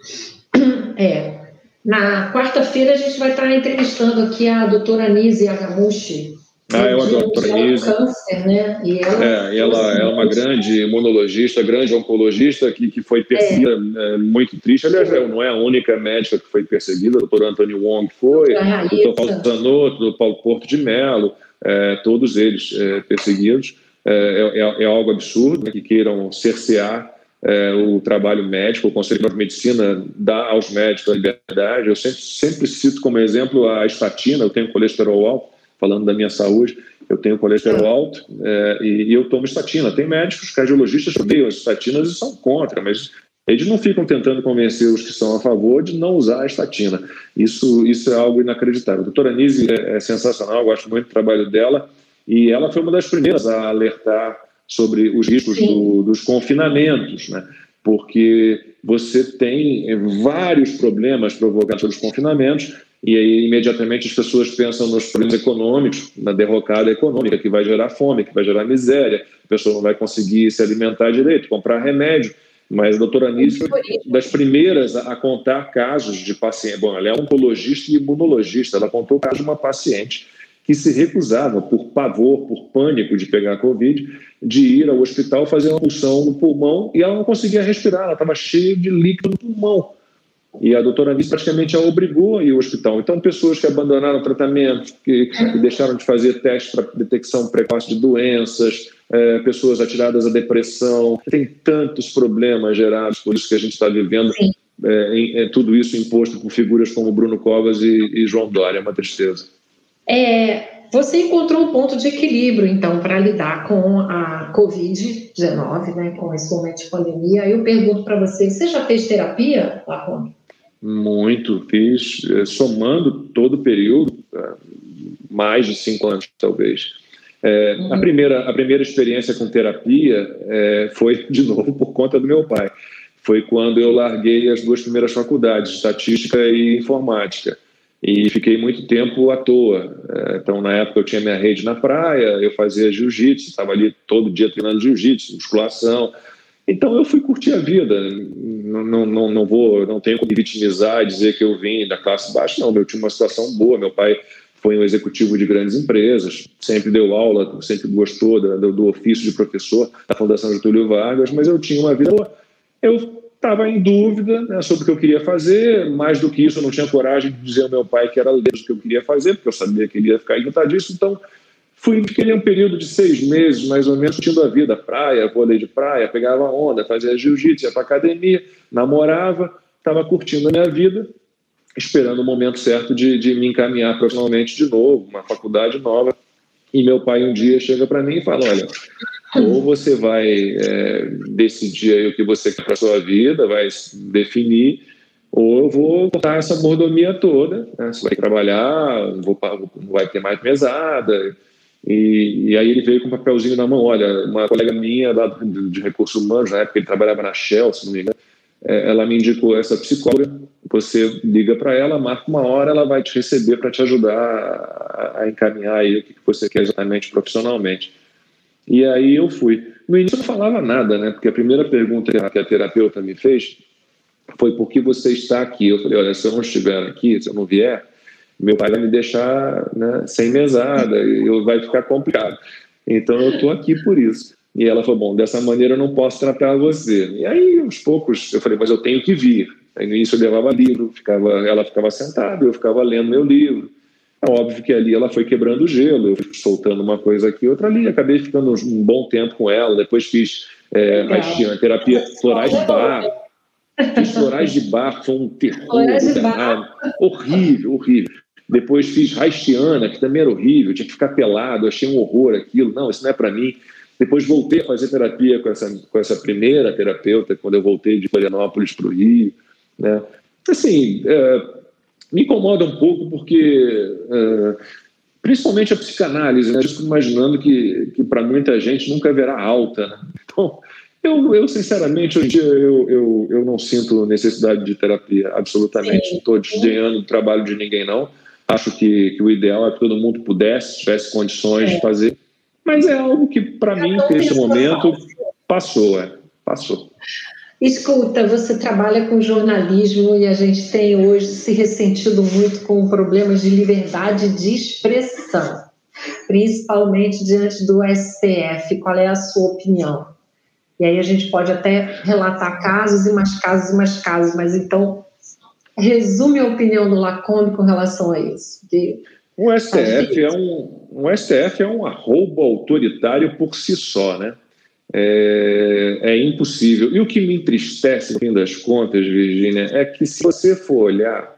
Na quarta-feira a gente vai estar entrevistando aqui a doutora Nise Yagamushi. Eu adoro a doutora Nise. Câncer, né? E ela é uma grande imunologista, grande oncologista que foi perseguida, muito triste. Aliás, não é a única médica que foi perseguida. O doutor Antônio Wong foi, o doutor Paulo Zanotto, o doutor Paulo Porto de Mello, todos eles perseguidos. É algo absurdo, né, que queiram cercear o trabalho médico. O Conselho de Medicina dá aos médicos a liberdade. Eu sempre cito como exemplo a estatina. Eu tenho colesterol alto, falando da minha saúde, eu tenho colesterol alto e eu tomo estatina. Tem médicos, cardiologistas que odeiam as estatinas e são contra, mas eles não ficam tentando convencer os que são a favor de não usar a estatina. Isso é algo inacreditável. A doutora Nise é sensacional, eu gosto muito do trabalho dela, e ela foi uma das primeiras a alertar sobre os riscos dos confinamentos, né? Porque você tem vários problemas provocados pelos confinamentos, e aí imediatamente as pessoas pensam nos problemas econômicos, na derrocada econômica, que vai gerar fome, que vai gerar miséria, a pessoa não vai conseguir se alimentar direito, comprar remédio. Mas a doutora Nise foi das primeiras a contar casos de pacientes. Bom, ela é oncologista e imunologista. Ela contou o caso de uma paciente que se recusava, por pavor, por pânico de pegar a Covid, de ir ao hospital fazer uma punção no pulmão, e ela não conseguia respirar, ela estava cheia de líquido no pulmão. E a doutora Nise praticamente a obrigou a ir ao hospital. Então, pessoas que abandonaram o tratamento, que deixaram de fazer testes para detecção precoce de doenças, pessoas atiradas à depressão, tem tantos problemas gerados por isso que a gente está vivendo, tudo isso imposto por figuras como Bruno Covas e João Dória. É uma tristeza. Você encontrou um ponto de equilíbrio, então, para lidar com a Covid-19, né, com esse momento de pandemia. Eu pergunto para você já fez terapia, Lacombe? Muito, fiz, somando todo o período, mais de 5 anos, talvez. A primeira experiência com terapia foi, de novo, por conta do meu pai. Foi quando eu larguei as 2 primeiras faculdades, estatística e informática. E fiquei muito tempo à toa. Então, na época, eu tinha minha rede na praia, eu fazia jiu-jitsu, estava ali todo dia treinando jiu-jitsu, musculação. Então, eu fui curtir a vida. Não tenho como me vitimizar e dizer que eu vim da classe baixa, não. Eu tinha uma situação boa. Meu pai foi um executivo de grandes empresas, sempre deu aula, sempre gostou do ofício de professor da Fundação Getúlio Vargas, mas eu tinha uma vida boa. Eu estava em dúvida, né, sobre o que eu queria fazer. Mais do que isso, eu não tinha coragem de dizer ao meu pai que era o que eu queria fazer, porque eu sabia que ele ia ficar irritadíssimo. Então, fiquei um período de 6 meses, mais ou menos, curtindo a vida, praia, vôlei de praia, pegava onda, fazia jiu-jitsu, ia para academia, namorava, estava curtindo a minha vida. esperando o momento certo de me encaminhar profissionalmente de novo, uma faculdade nova. E meu pai um dia chega para mim e fala, olha, ou você vai decidir aí o que você quer para a sua vida, vai definir, ou eu vou botar essa mordomia toda, né? Você vai trabalhar, não vai ter mais mesada. E aí ele veio com um papelzinho na mão, olha, uma colega minha lá de recursos humanos, na época ele trabalhava na Shell, se não me engano, ela me indicou essa psicóloga, você liga para ela, marca uma hora, ela vai te receber para te ajudar a encaminhar aí o que você quer exatamente profissionalmente. E aí eu fui. No início eu não falava nada, né? Porque a primeira pergunta que a terapeuta me fez foi por que você está aqui? Eu falei, olha, se eu não estiver aqui, se eu não vier, meu pai vai me deixar, né, sem mesada, e vai ficar complicado. Então eu estou aqui por isso. E ela falou, bom, dessa maneira eu não posso tratar você. E aí, aos poucos, eu falei, mas eu tenho que vir. Aí no início eu levava livro, ela ficava sentada, eu ficava lendo meu livro. É óbvio que ali ela foi quebrando o gelo, eu fui soltando uma coisa aqui, outra ali, acabei ficando um bom tempo com ela, depois fiz terapia florais de bar. Fiz florais de bar, foi um terror danado, horrível, horrível. Depois fiz haitiana, que também era horrível, tinha que ficar pelado, achei um horror aquilo, não, isso não é para mim. Depois voltei a fazer terapia com essa primeira terapeuta, quando eu voltei de Florianópolis para o Rio, né? Assim, me incomoda um pouco porque, principalmente a psicanálise, né? Eu fico imaginando que para muita gente nunca haverá alta, né? Então, eu sinceramente, hoje em dia, eu não sinto necessidade de terapia, absolutamente. Não estou desdenhando o trabalho de ninguém, não. Acho que o ideal é que todo mundo tivesse condições de fazer. Mas é algo que, para mim, nesse momento, passou. Escuta, você trabalha com jornalismo e a gente tem hoje se ressentido muito com problemas de liberdade de expressão, principalmente diante do STF. Qual é a sua opinião? E aí a gente pode até relatar casos e mais casos e mais casos, mas então resume a opinião do Lacombe com relação a isso. O STF é um arrobo autoritário por si só, né? É impossível. E o que me entristece, no fim das contas, Virgínia, é que se você for olhar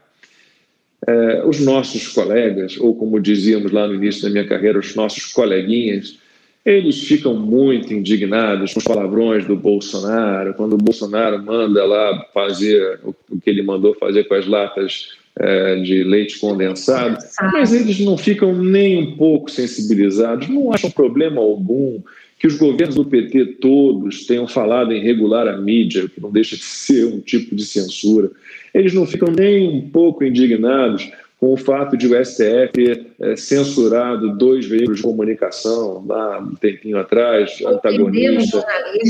os nossos colegas, ou como dizíamos lá no início da minha carreira, os nossos coleguinhas, eles ficam muito indignados com os palavrões do Bolsonaro, quando o Bolsonaro manda lá fazer o que ele mandou fazer com as latas de leite condensado, mas eles não ficam nem um pouco sensibilizados, não acham problema algum que os governos do PT todos tenham falado em regular a mídia, que não deixa de ser um tipo de censura. Eles não ficam nem um pouco indignados com o fato de o STF ter censurado 2 veículos de comunicação lá um tempinho atrás, antagonista.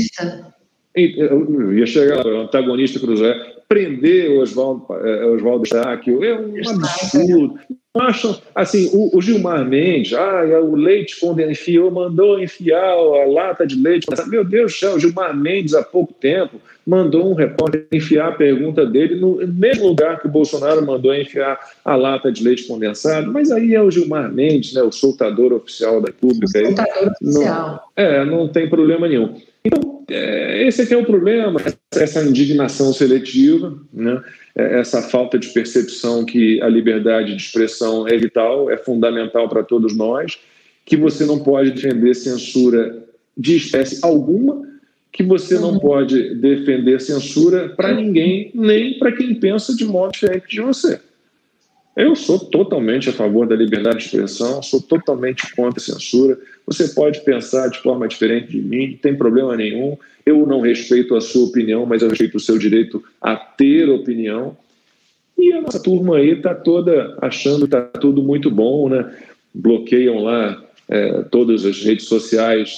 Eu ia chegar lá, o antagonista Cruzeiro, prender o Oswaldo Eustáquio é um absurdo. Acham, assim, o Gilmar Mendes, o leite condensado, mandou enfiar a lata de leite. Meu Deus do céu, o Gilmar Mendes, há pouco tempo, mandou um repórter enfiar a pergunta dele no mesmo lugar que o Bolsonaro mandou enfiar a lata de leite condensado. Mas aí é o Gilmar Mendes, né, o soltador oficial da República. Não tem problema nenhum. Então, esse aqui é o problema, essa indignação seletiva, né? Essa falta de percepção que a liberdade de expressão é vital, é fundamental para todos nós, que você não pode defender censura de espécie alguma, que você não pode defender censura para ninguém, nem para quem pensa de modo diferente de você. Eu sou totalmente a favor da liberdade de expressão, sou totalmente contra a censura. Você pode pensar de forma diferente de mim, não tem problema nenhum. Eu não respeito a sua opinião, mas eu respeito o seu direito a ter opinião. E a nossa turma aí está toda achando que está tudo muito bom, né? Bloqueiam lá todas as redes sociais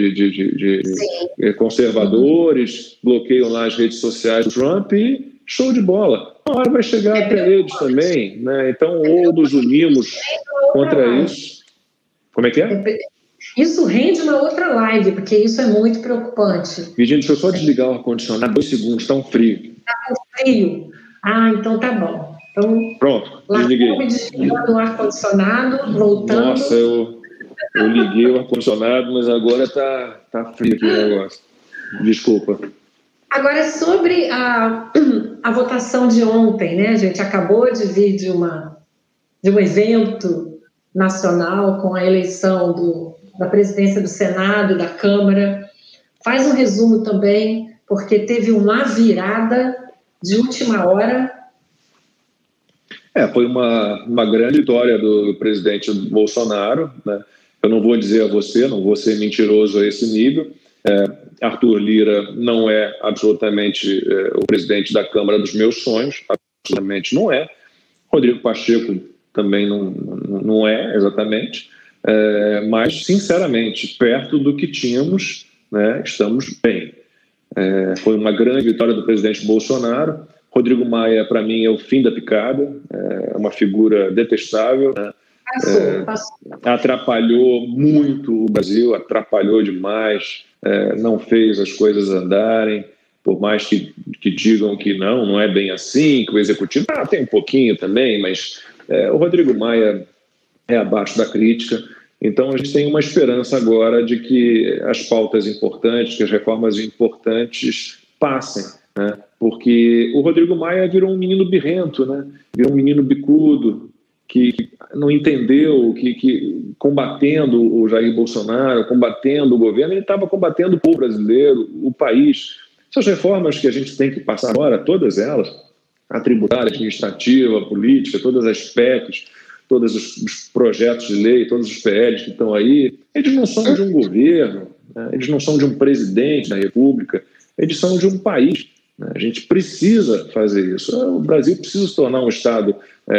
de conservadores, bloqueiam lá as redes sociais do Trump e show de bola. Uma hora vai chegar até eles também, né? Então, ou nos unimos contra isso. Como é que é? Isso rende uma outra live, porque isso é muito preocupante. Virginia, deixa eu só desligar o ar-condicionado, 2 segundos, está um frio. Está com frio? Então tá bom. Então, pronto, desliguei. Desligando o ar-condicionado, voltando. Nossa, eu liguei o ar-condicionado, mas agora tá frio aqui o negócio. Desculpa. Agora, sobre a votação de ontem, né? A gente acabou de vir de um evento nacional com a eleição da presidência do Senado e da Câmara. Faz um resumo também, porque teve uma virada de última hora. Foi uma grande vitória do presidente Bolsonaro, né? Eu não vou dizer a você, não vou ser mentiroso a esse nível. Arthur Lira não é absolutamente o presidente da Câmara dos meus sonhos, absolutamente não é. Rodrigo Pacheco também não é exatamente, mas, sinceramente, perto do que tínhamos, né, estamos bem. Foi uma grande vitória do presidente Bolsonaro. Rodrigo Maia, para mim, é o fim da picada, é uma figura detestável, né? Passou. Atrapalhou muito o Brasil, atrapalhou demais, não fez as coisas andarem, por mais que digam que não é bem assim, que o executivo tem um pouquinho também, mas o Rodrigo Maia é abaixo da crítica. Então a gente tem uma esperança agora de que as pautas importantes, que as reformas importantes passem, né? Porque o Rodrigo Maia virou um menino birrento, né? Virou um menino bicudo, que não entendeu que combatendo o Jair Bolsonaro, combatendo o governo, ele estava combatendo o povo brasileiro, o país. Essas reformas que a gente tem que passar agora, todas elas, a tributária, a administrativa, a política, todas as PECs, todos os projetos de lei, todos os PLs que estão aí, eles não são de um governo, né? Eles não são de um presidente da República, eles são de um país. A gente precisa fazer isso. O Brasil precisa se tornar um Estado,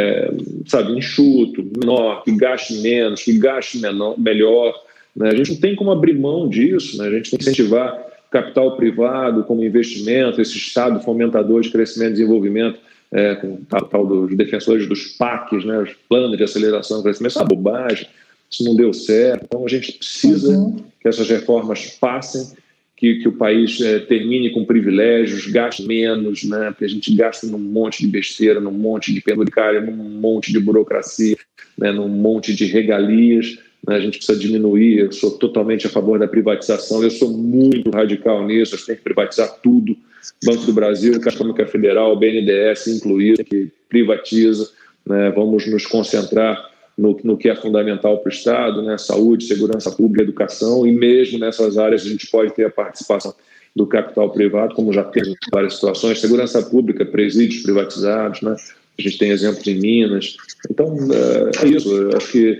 enxuto, menor, que gaste menos, que gaste melhor, né? A gente não tem como abrir mão disso, né? A gente tem que incentivar capital privado como investimento, esse Estado fomentador de crescimento e desenvolvimento, com tal dos defensores dos PACs, né? Os planos de aceleração do crescimento. Isso é uma bobagem, isso não deu certo. Então a gente precisa que essas reformas passem, que o país termine com privilégios, gaste menos, né? Porque a gente gasta num monte de besteira, num monte de penduricária, num monte de burocracia, né? Num monte de regalias, né? A gente precisa diminuir. Eu sou totalmente a favor da privatização, eu sou muito radical nisso, a gente tem que privatizar tudo. Banco do Brasil, Caixa Econômica Federal, BNDES incluído, que privatiza, né? Vamos nos concentrar no que é fundamental para o Estado, né? Saúde, segurança pública, educação, e mesmo nessas áreas a gente pode ter a participação do capital privado, como já teve em várias situações, segurança pública, presídios privatizados, né? A gente tem exemplos em Minas. Então, é isso. Eu acho que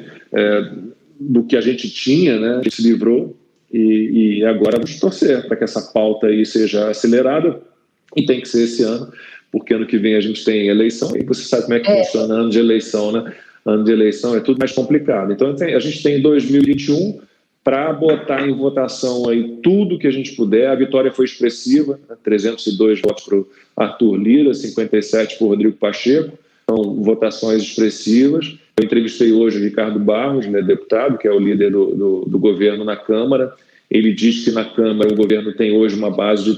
do que a gente tinha, né, a gente se livrou, e agora vamos torcer para que essa pauta aí seja acelerada, e tem que ser esse ano, porque ano que vem a gente tem eleição, e você sabe como é que funciona ano de eleição, né? Ano de eleição é tudo mais complicado. Então, a gente tem 2021 para botar em votação aí tudo que a gente puder. A vitória foi expressiva, né? 302 votos para o Arthur Lira, 57 para o Rodrigo Pacheco. Então, votações expressivas. Eu entrevistei hoje o Ricardo Barros, né, deputado, que é o líder do governo na Câmara. Ele diz que na Câmara o governo tem hoje uma base de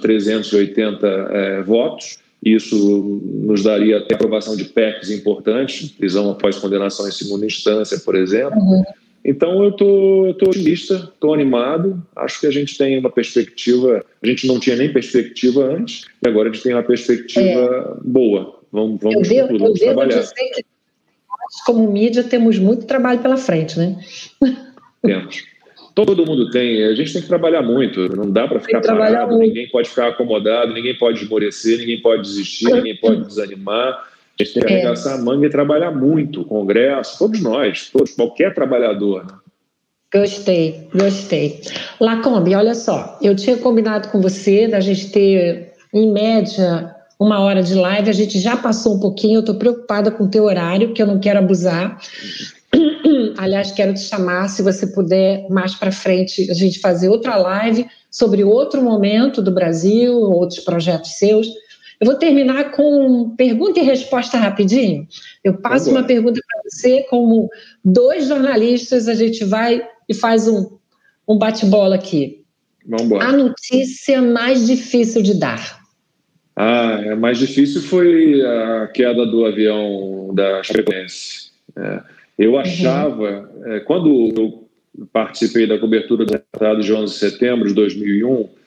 380 votos. Isso nos daria até aprovação de PECs importantes, prisão após condenação em segunda instância, por exemplo. Então, eu estou otimista, estou animado. Acho que a gente tem uma perspectiva. A gente não tinha nem perspectiva antes, e agora a gente tem uma perspectiva boa. Vamos com tudo, vamos trabalhar. Dizer que nós, como mídia, temos muito trabalho pela frente, né? Temos. Todo mundo tem. A gente tem que trabalhar muito. Não dá para ficar parado. Ninguém pode ficar acomodado, ninguém pode esmorecer, ninguém pode desistir, ninguém pode desanimar. A gente tem que arregaçar a manga e trabalhar muito. Congresso, todos nós, qualquer trabalhador. Gostei. Lacombe, olha só, eu tinha combinado com você da gente ter, em média, 1 hora de live. A gente já passou um pouquinho. Eu estou preocupada com o teu horário, que eu não quero abusar. Aliás, quero te chamar, se você puder, mais para frente, a gente fazer outra live sobre outro momento do Brasil, outros projetos seus. Eu vou terminar com pergunta e resposta rapidinho. Eu passo uma pergunta para você, como 2 jornalistas, a gente vai e faz um bate-bola aqui. Vamos embora. A notícia mais difícil de dar? A mais difícil foi a queda do avião da Chapecoense. Eu achava, quando eu participei da cobertura do atentado de 11 de setembro de 2001,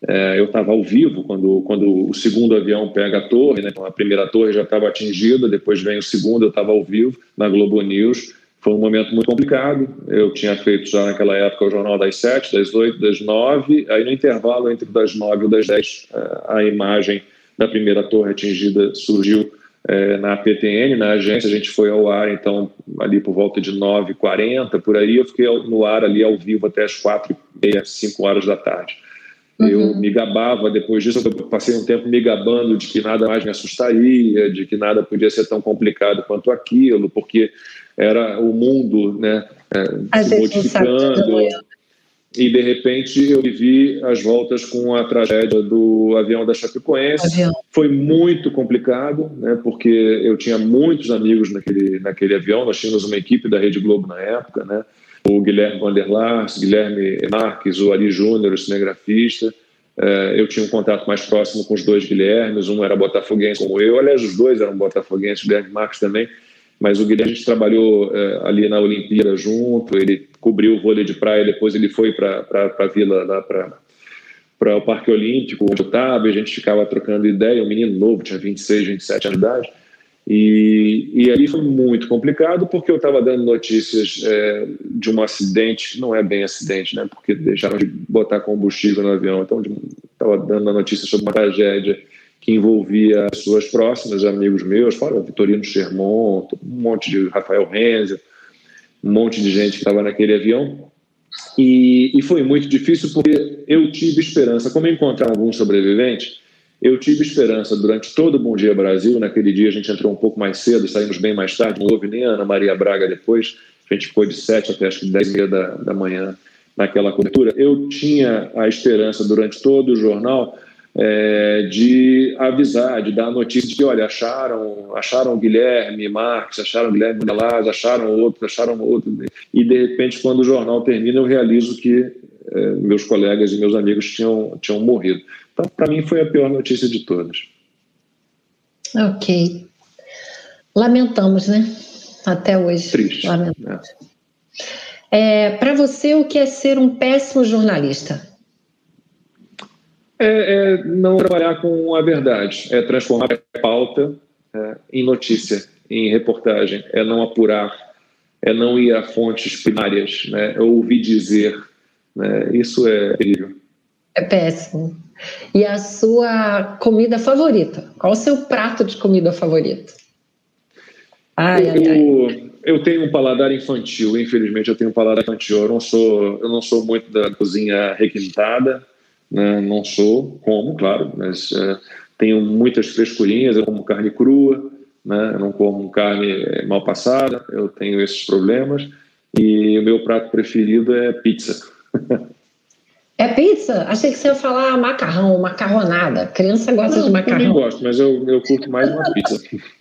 Eu estava ao vivo quando o segundo avião pega a torre, né? Então a primeira torre já estava atingida, depois vem o segundo, eu estava ao vivo na Globo News. Foi um momento muito complicado. Eu tinha feito já naquela época o Jornal das 7, das 8, das 9. Aí no intervalo entre das 9 e das 10, a imagem da primeira torre atingida surgiu na APTN, na agência. A gente foi ao ar, então, ali por volta de 9h40, por aí. Eu fiquei no ar ali ao vivo até as 4h30, 5 horas da tarde. Eu me gabava, depois disso, eu passei um tempo me gabando de que nada mais me assustaria, de que nada podia ser tão complicado quanto aquilo, porque era o mundo, né, se modificando. E, de repente, eu vivi as voltas com a tragédia do avião da Chapecoense. Foi muito complicado, né, porque eu tinha muitos amigos naquele avião. Nós tínhamos uma equipe da Rede Globo na época, né? O Guilherme Vanderlaars, Guilherme Marques, o Ari Júnior, o cinegrafista. Eu tinha um contato mais próximo com os dois Guilhermes, um era botafoguense como eu, aliás, os dois eram botafoguenses, o Guilherme Marques também, mas o Guilherme a gente trabalhou ali na Olimpíada junto, ele cobriu o vôlei de praia, depois ele foi para a Vila, lá para o Parque Olímpico, onde eu estava, e a gente ficava trocando ideia, um menino novo, tinha 26, 27 anos de idade. E ali foi muito complicado, porque eu estava dando notícias de um acidente, que não é bem acidente, né? Porque deixaram de botar combustível no avião. Então, estava dando a notícia sobre uma tragédia que envolvia pessoas próximas, amigos meus, fora Vitorino Sherman, um monte de Rafael Renzel, um monte de gente que estava naquele avião. E foi muito difícil, porque eu tive esperança. Como encontrar algum sobrevivente, eu tive esperança durante todo o Bom Dia Brasil. Naquele dia a gente entrou um pouco mais cedo, saímos bem mais tarde, não houve nem a Ana Maria Braga depois, a gente ficou de 7 até acho que 10h30 da manhã naquela cobertura. Eu tinha a esperança durante todo o jornal de avisar, de dar a notícia de que, olha, acharam o Guilherme Marques, acharam o Guilherme Vanderlaars, acharam outro, e de repente quando o jornal termina eu realizo que meus colegas e meus amigos tinham morrido. Então, para mim, foi a pior notícia de todas. Ok. Lamentamos, né? Até hoje. Triste. Lamentamos. Para você, o que é ser um péssimo jornalista? Não trabalhar com a verdade. É transformar a pauta em notícia, em reportagem. É não apurar. É não ir a fontes primárias, né? É ouvir dizer. Né? Isso é terrível. É péssimo. E a sua comida favorita? Qual o seu prato de comida favorito? Eu tenho um paladar infantil, infelizmente eu tenho um paladar infantil. Eu não sou muito da cozinha requintada, né? Não sou, como, claro, mas tenho muitas frescurinhas. Eu como carne crua, né? Eu não como carne mal passada, eu tenho esses problemas. E o meu prato preferido é pizza. É pizza? Achei que você ia falar macarrão, macarronada. Criança gosta de macarrão. Eu também gosto, mas eu curto mais uma pizza.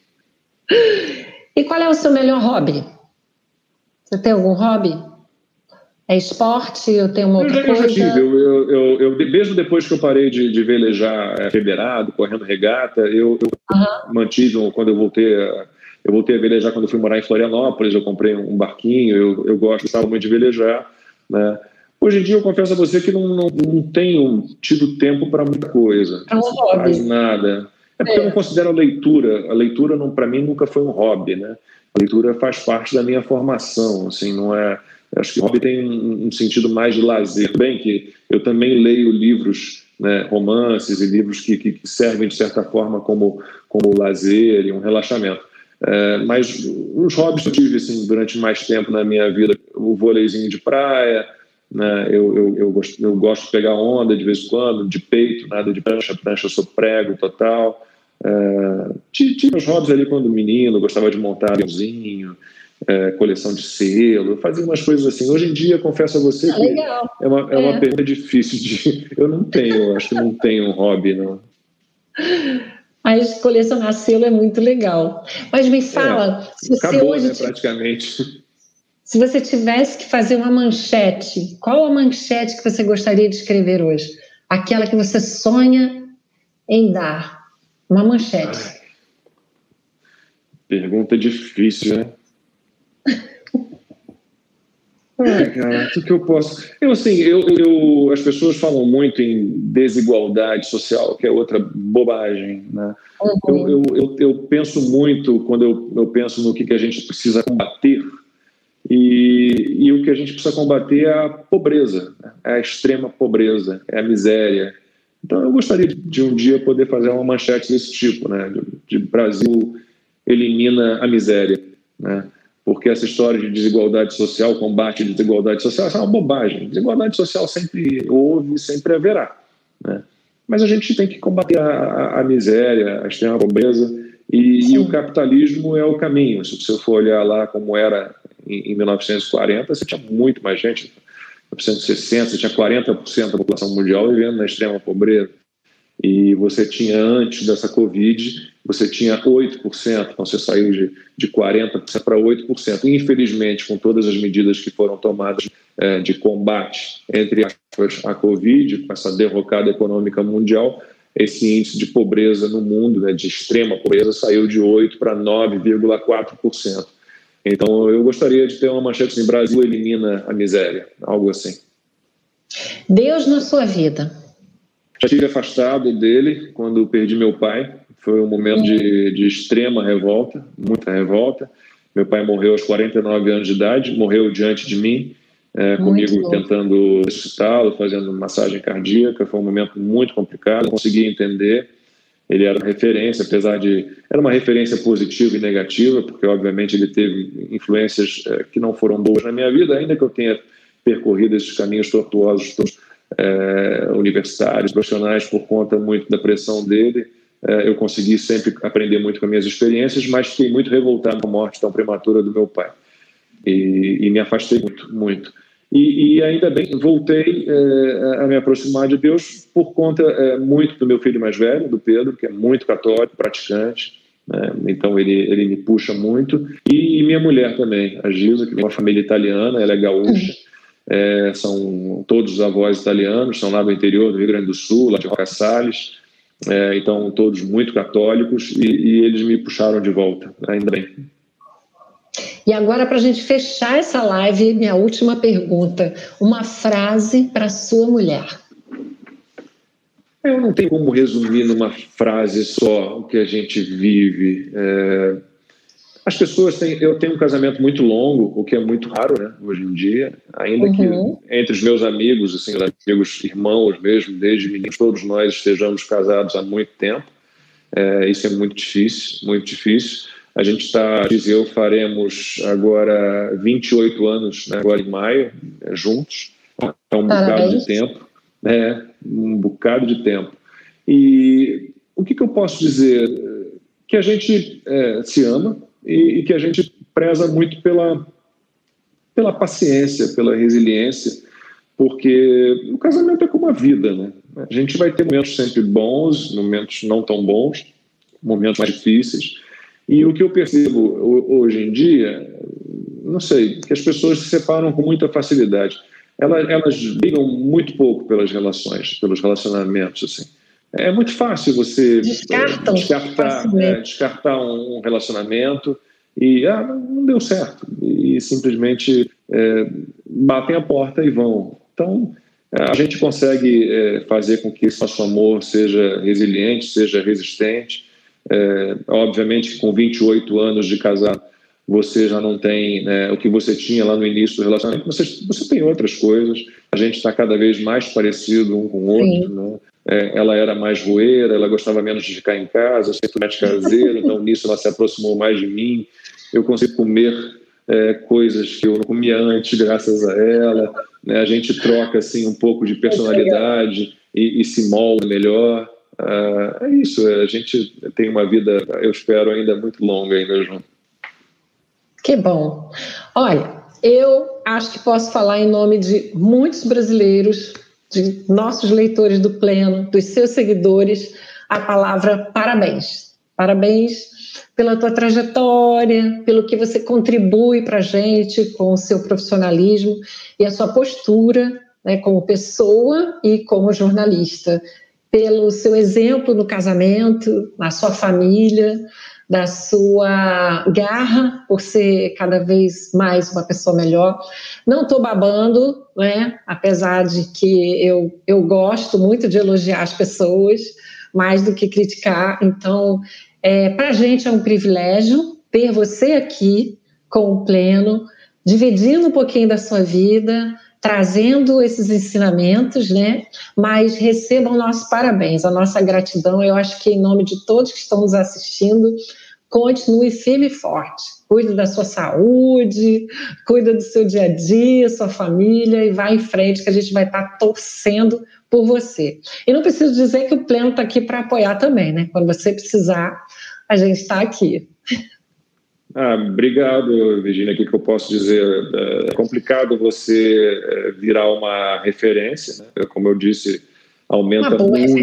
E qual é o seu melhor hobby? Você tem algum hobby? É esporte? Eu tenho uma outra coisa? Eu mesmo depois que eu parei de velejar federado, correndo regata, eu mantive, quando eu voltei a velejar quando eu fui morar em Florianópolis, eu comprei um barquinho, eu gostava muito de velejar, né? Hoje em dia eu confesso a você que não tenho tido tempo para muita coisa, quase nada. Porque eu não considero a leitura para mim nunca foi um hobby, né? A leitura faz parte da minha formação, assim, não é... Acho que o hobby tem um sentido mais de lazer. Bem que eu também leio livros, né, romances e livros que servem de certa forma como lazer e um relaxamento. Mas os hobbies que eu tive assim, durante mais tempo na minha vida, o vôleizinho de praia, né, eu gosto de pegar onda de vez em quando, de peito, nada de prancha eu sou prego total. Tive os hobbies ali quando menino, gostava de montar aviãozinho, coleção de selo, eu fazia umas coisas assim. Hoje em dia, confesso a você que é uma pergunta difícil acho que não tenho um hobby, não. Mas colecionar selo é muito legal. Mas me fala, se você acabou, hoje... né, praticamente. Se você tivesse que fazer uma manchete, qual a manchete que você gostaria de escrever hoje? Aquela que você sonha em dar. Uma manchete. Pergunta difícil, né? Cara, o que eu posso... As pessoas falam muito em desigualdade social, que é outra bobagem, né? Eu penso muito, quando eu penso no que a gente precisa combater, e o que a gente precisa combater é a pobreza, né? É a extrema pobreza, é a miséria. Então, eu gostaria de um dia poder fazer uma manchete desse tipo, né? De Brasil elimina a miséria, né? Porque essa história de desigualdade social, combate de desigualdade social, é uma bobagem. Desigualdade social sempre houve e sempre haverá, né? Mas a gente tem que combater a miséria, a extrema pobreza, e o capitalismo é o caminho. Se você for olhar lá como era em 1940, você tinha muito mais gente. Em 1960, você tinha 40% da população mundial vivendo na extrema pobreza. E você tinha, antes dessa Covid, você tinha 8%, então você saiu de 40% para 8%. E, infelizmente, com todas as medidas que foram tomadas de combate, entre aspas, a Covid, com essa derrocada econômica mundial, esse índice de pobreza no mundo, né, de extrema pobreza, saiu de 8% para 9,4%. Então, eu gostaria de ter uma manchete assim: Brasil elimina a miséria, algo assim. Deus na sua vida. Já estive afastado dele quando perdi meu pai. Foi um momento de extrema revolta, muita revolta. Meu pai morreu aos 49 anos de idade, morreu diante de mim, comigo tentando ressuscitá-lo, fazendo massagem cardíaca. Foi um momento muito complicado, não consegui entender. Ele era uma referência, apesar de... Era uma referência positiva e negativa, porque, obviamente, ele teve influências que não foram boas na minha vida, ainda que eu tenha percorrido esses caminhos tortuosos todos, universitários, profissionais, por conta muito da pressão dele. Eu consegui sempre aprender muito com as minhas experiências, mas fiquei muito revoltado com a morte tão prematura do meu pai. E me afastei muito, muito. E ainda bem, voltei a me aproximar de Deus por conta muito do meu filho mais velho, do Pedro, que é muito católico, praticante, né? Então ele me puxa muito. E minha mulher também, a Gilza, que é uma família italiana, ela é gaúcha. São todos os avós italianos, são lá do interior do Rio Grande do Sul, lá de Roca Salles, então todos muito católicos, e eles me puxaram de volta, ainda bem. E agora, para a gente fechar essa live, minha última pergunta: uma frase para sua mulher. Eu não tenho como resumir numa frase só o que a gente vive. As pessoas têm... Eu tenho um casamento muito longo, o que é muito raro, né, hoje em dia, ainda que entre os meus amigos, assim, os amigos irmãos mesmo, desde meninos, todos nós estejamos casados há muito tempo. Isso é muito difícil, muito difícil. A gente está, eu faremos agora 28 anos, né, agora em maio, juntos. É um bocado de tempo. Um bocado de tempo. E o que eu posso dizer? Que a gente se ama e que a gente preza muito pela paciência, pela resiliência, porque o casamento é como a vida, né? A gente vai ter momentos sempre bons, momentos não tão bons, momentos mais difíceis. E o que eu percebo hoje em dia, não sei, que as pessoas se separam com muita facilidade. Elas brigam muito pouco pelas relações, pelos relacionamentos, assim. É muito fácil você descartar um relacionamento e não deu certo, e simplesmente batem a porta e vão. Então, a gente consegue fazer com que esse nosso amor seja resiliente, seja resistente. Obviamente, com 28 anos de casado, você já não tem o que você tinha lá no início do relacionamento, você tem outras coisas. A gente está cada vez mais parecido um com o outro, né? Ela era mais roeira, ela gostava menos de ficar em casa, eu sempre mais caseiro, então nisso ela se aproximou mais de mim. Eu consigo comer coisas que eu não comia antes, graças a ela, né? A gente troca assim um pouco de personalidade e se molda melhor. É isso, a gente tem uma vida, eu espero, ainda muito longa ainda junto. Que bom. Olha, eu acho que posso falar em nome de muitos brasileiros, de nossos leitores do Pleno, dos seus seguidores, a palavra parabéns. Parabéns pela tua trajetória, pelo que você contribui para a gente com o seu profissionalismo e a sua postura, né, como pessoa e como jornalista, pelo seu exemplo no casamento, na sua família, da sua garra por ser cada vez mais uma pessoa melhor. Não estou babando, né? Apesar de que eu gosto muito de elogiar as pessoas, mais do que criticar. Então, para a gente é um privilégio ter você aqui com o Pleno, dividindo um pouquinho da sua vida, trazendo esses ensinamentos, né? Mas recebam nossos parabéns, a nossa gratidão. Eu acho que em nome de todos que estão nos assistindo, continue firme e forte. Cuide da sua saúde, cuide do seu dia a dia, sua família, e vá em frente, que a gente vai estar torcendo por você. E não preciso dizer que o Pleno está aqui para apoiar também, né? Quando você precisar, a gente está aqui. Obrigado, Virginia. O que eu posso dizer? É complicado você virar uma referência, né? Como eu disse, aumenta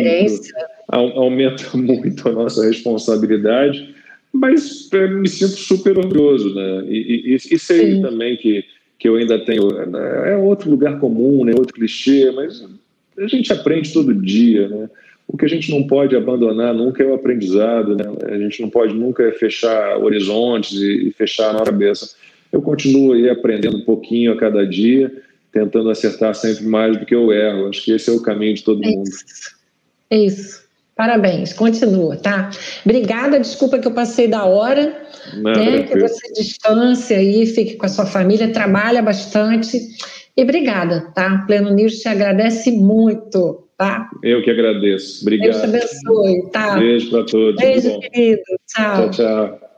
muito a nossa responsabilidade, mas me sinto super orgulhoso, né? E sei também que eu ainda tenho... É outro lugar comum, né? Outro clichê, mas a gente aprende todo dia, né? O que a gente não pode abandonar nunca é o aprendizado, né? A gente não pode nunca fechar horizontes e fechar a nossa cabeça. Eu continuo aí aprendendo um pouquinho a cada dia, tentando acertar sempre mais do que eu erro. Acho que esse é o caminho de todo mundo. Isso. Parabéns. Continua, tá? Obrigada. Desculpa que eu passei da hora. Né? Que você descanse aí, fique com a sua família, trabalha bastante. E obrigada, tá? Pleno News te agradece muito. Tá? Eu que agradeço. Obrigado. Deus te abençoe, tá? Beijo para todos. Beijo, querido. Tchau. Tchau, tchau.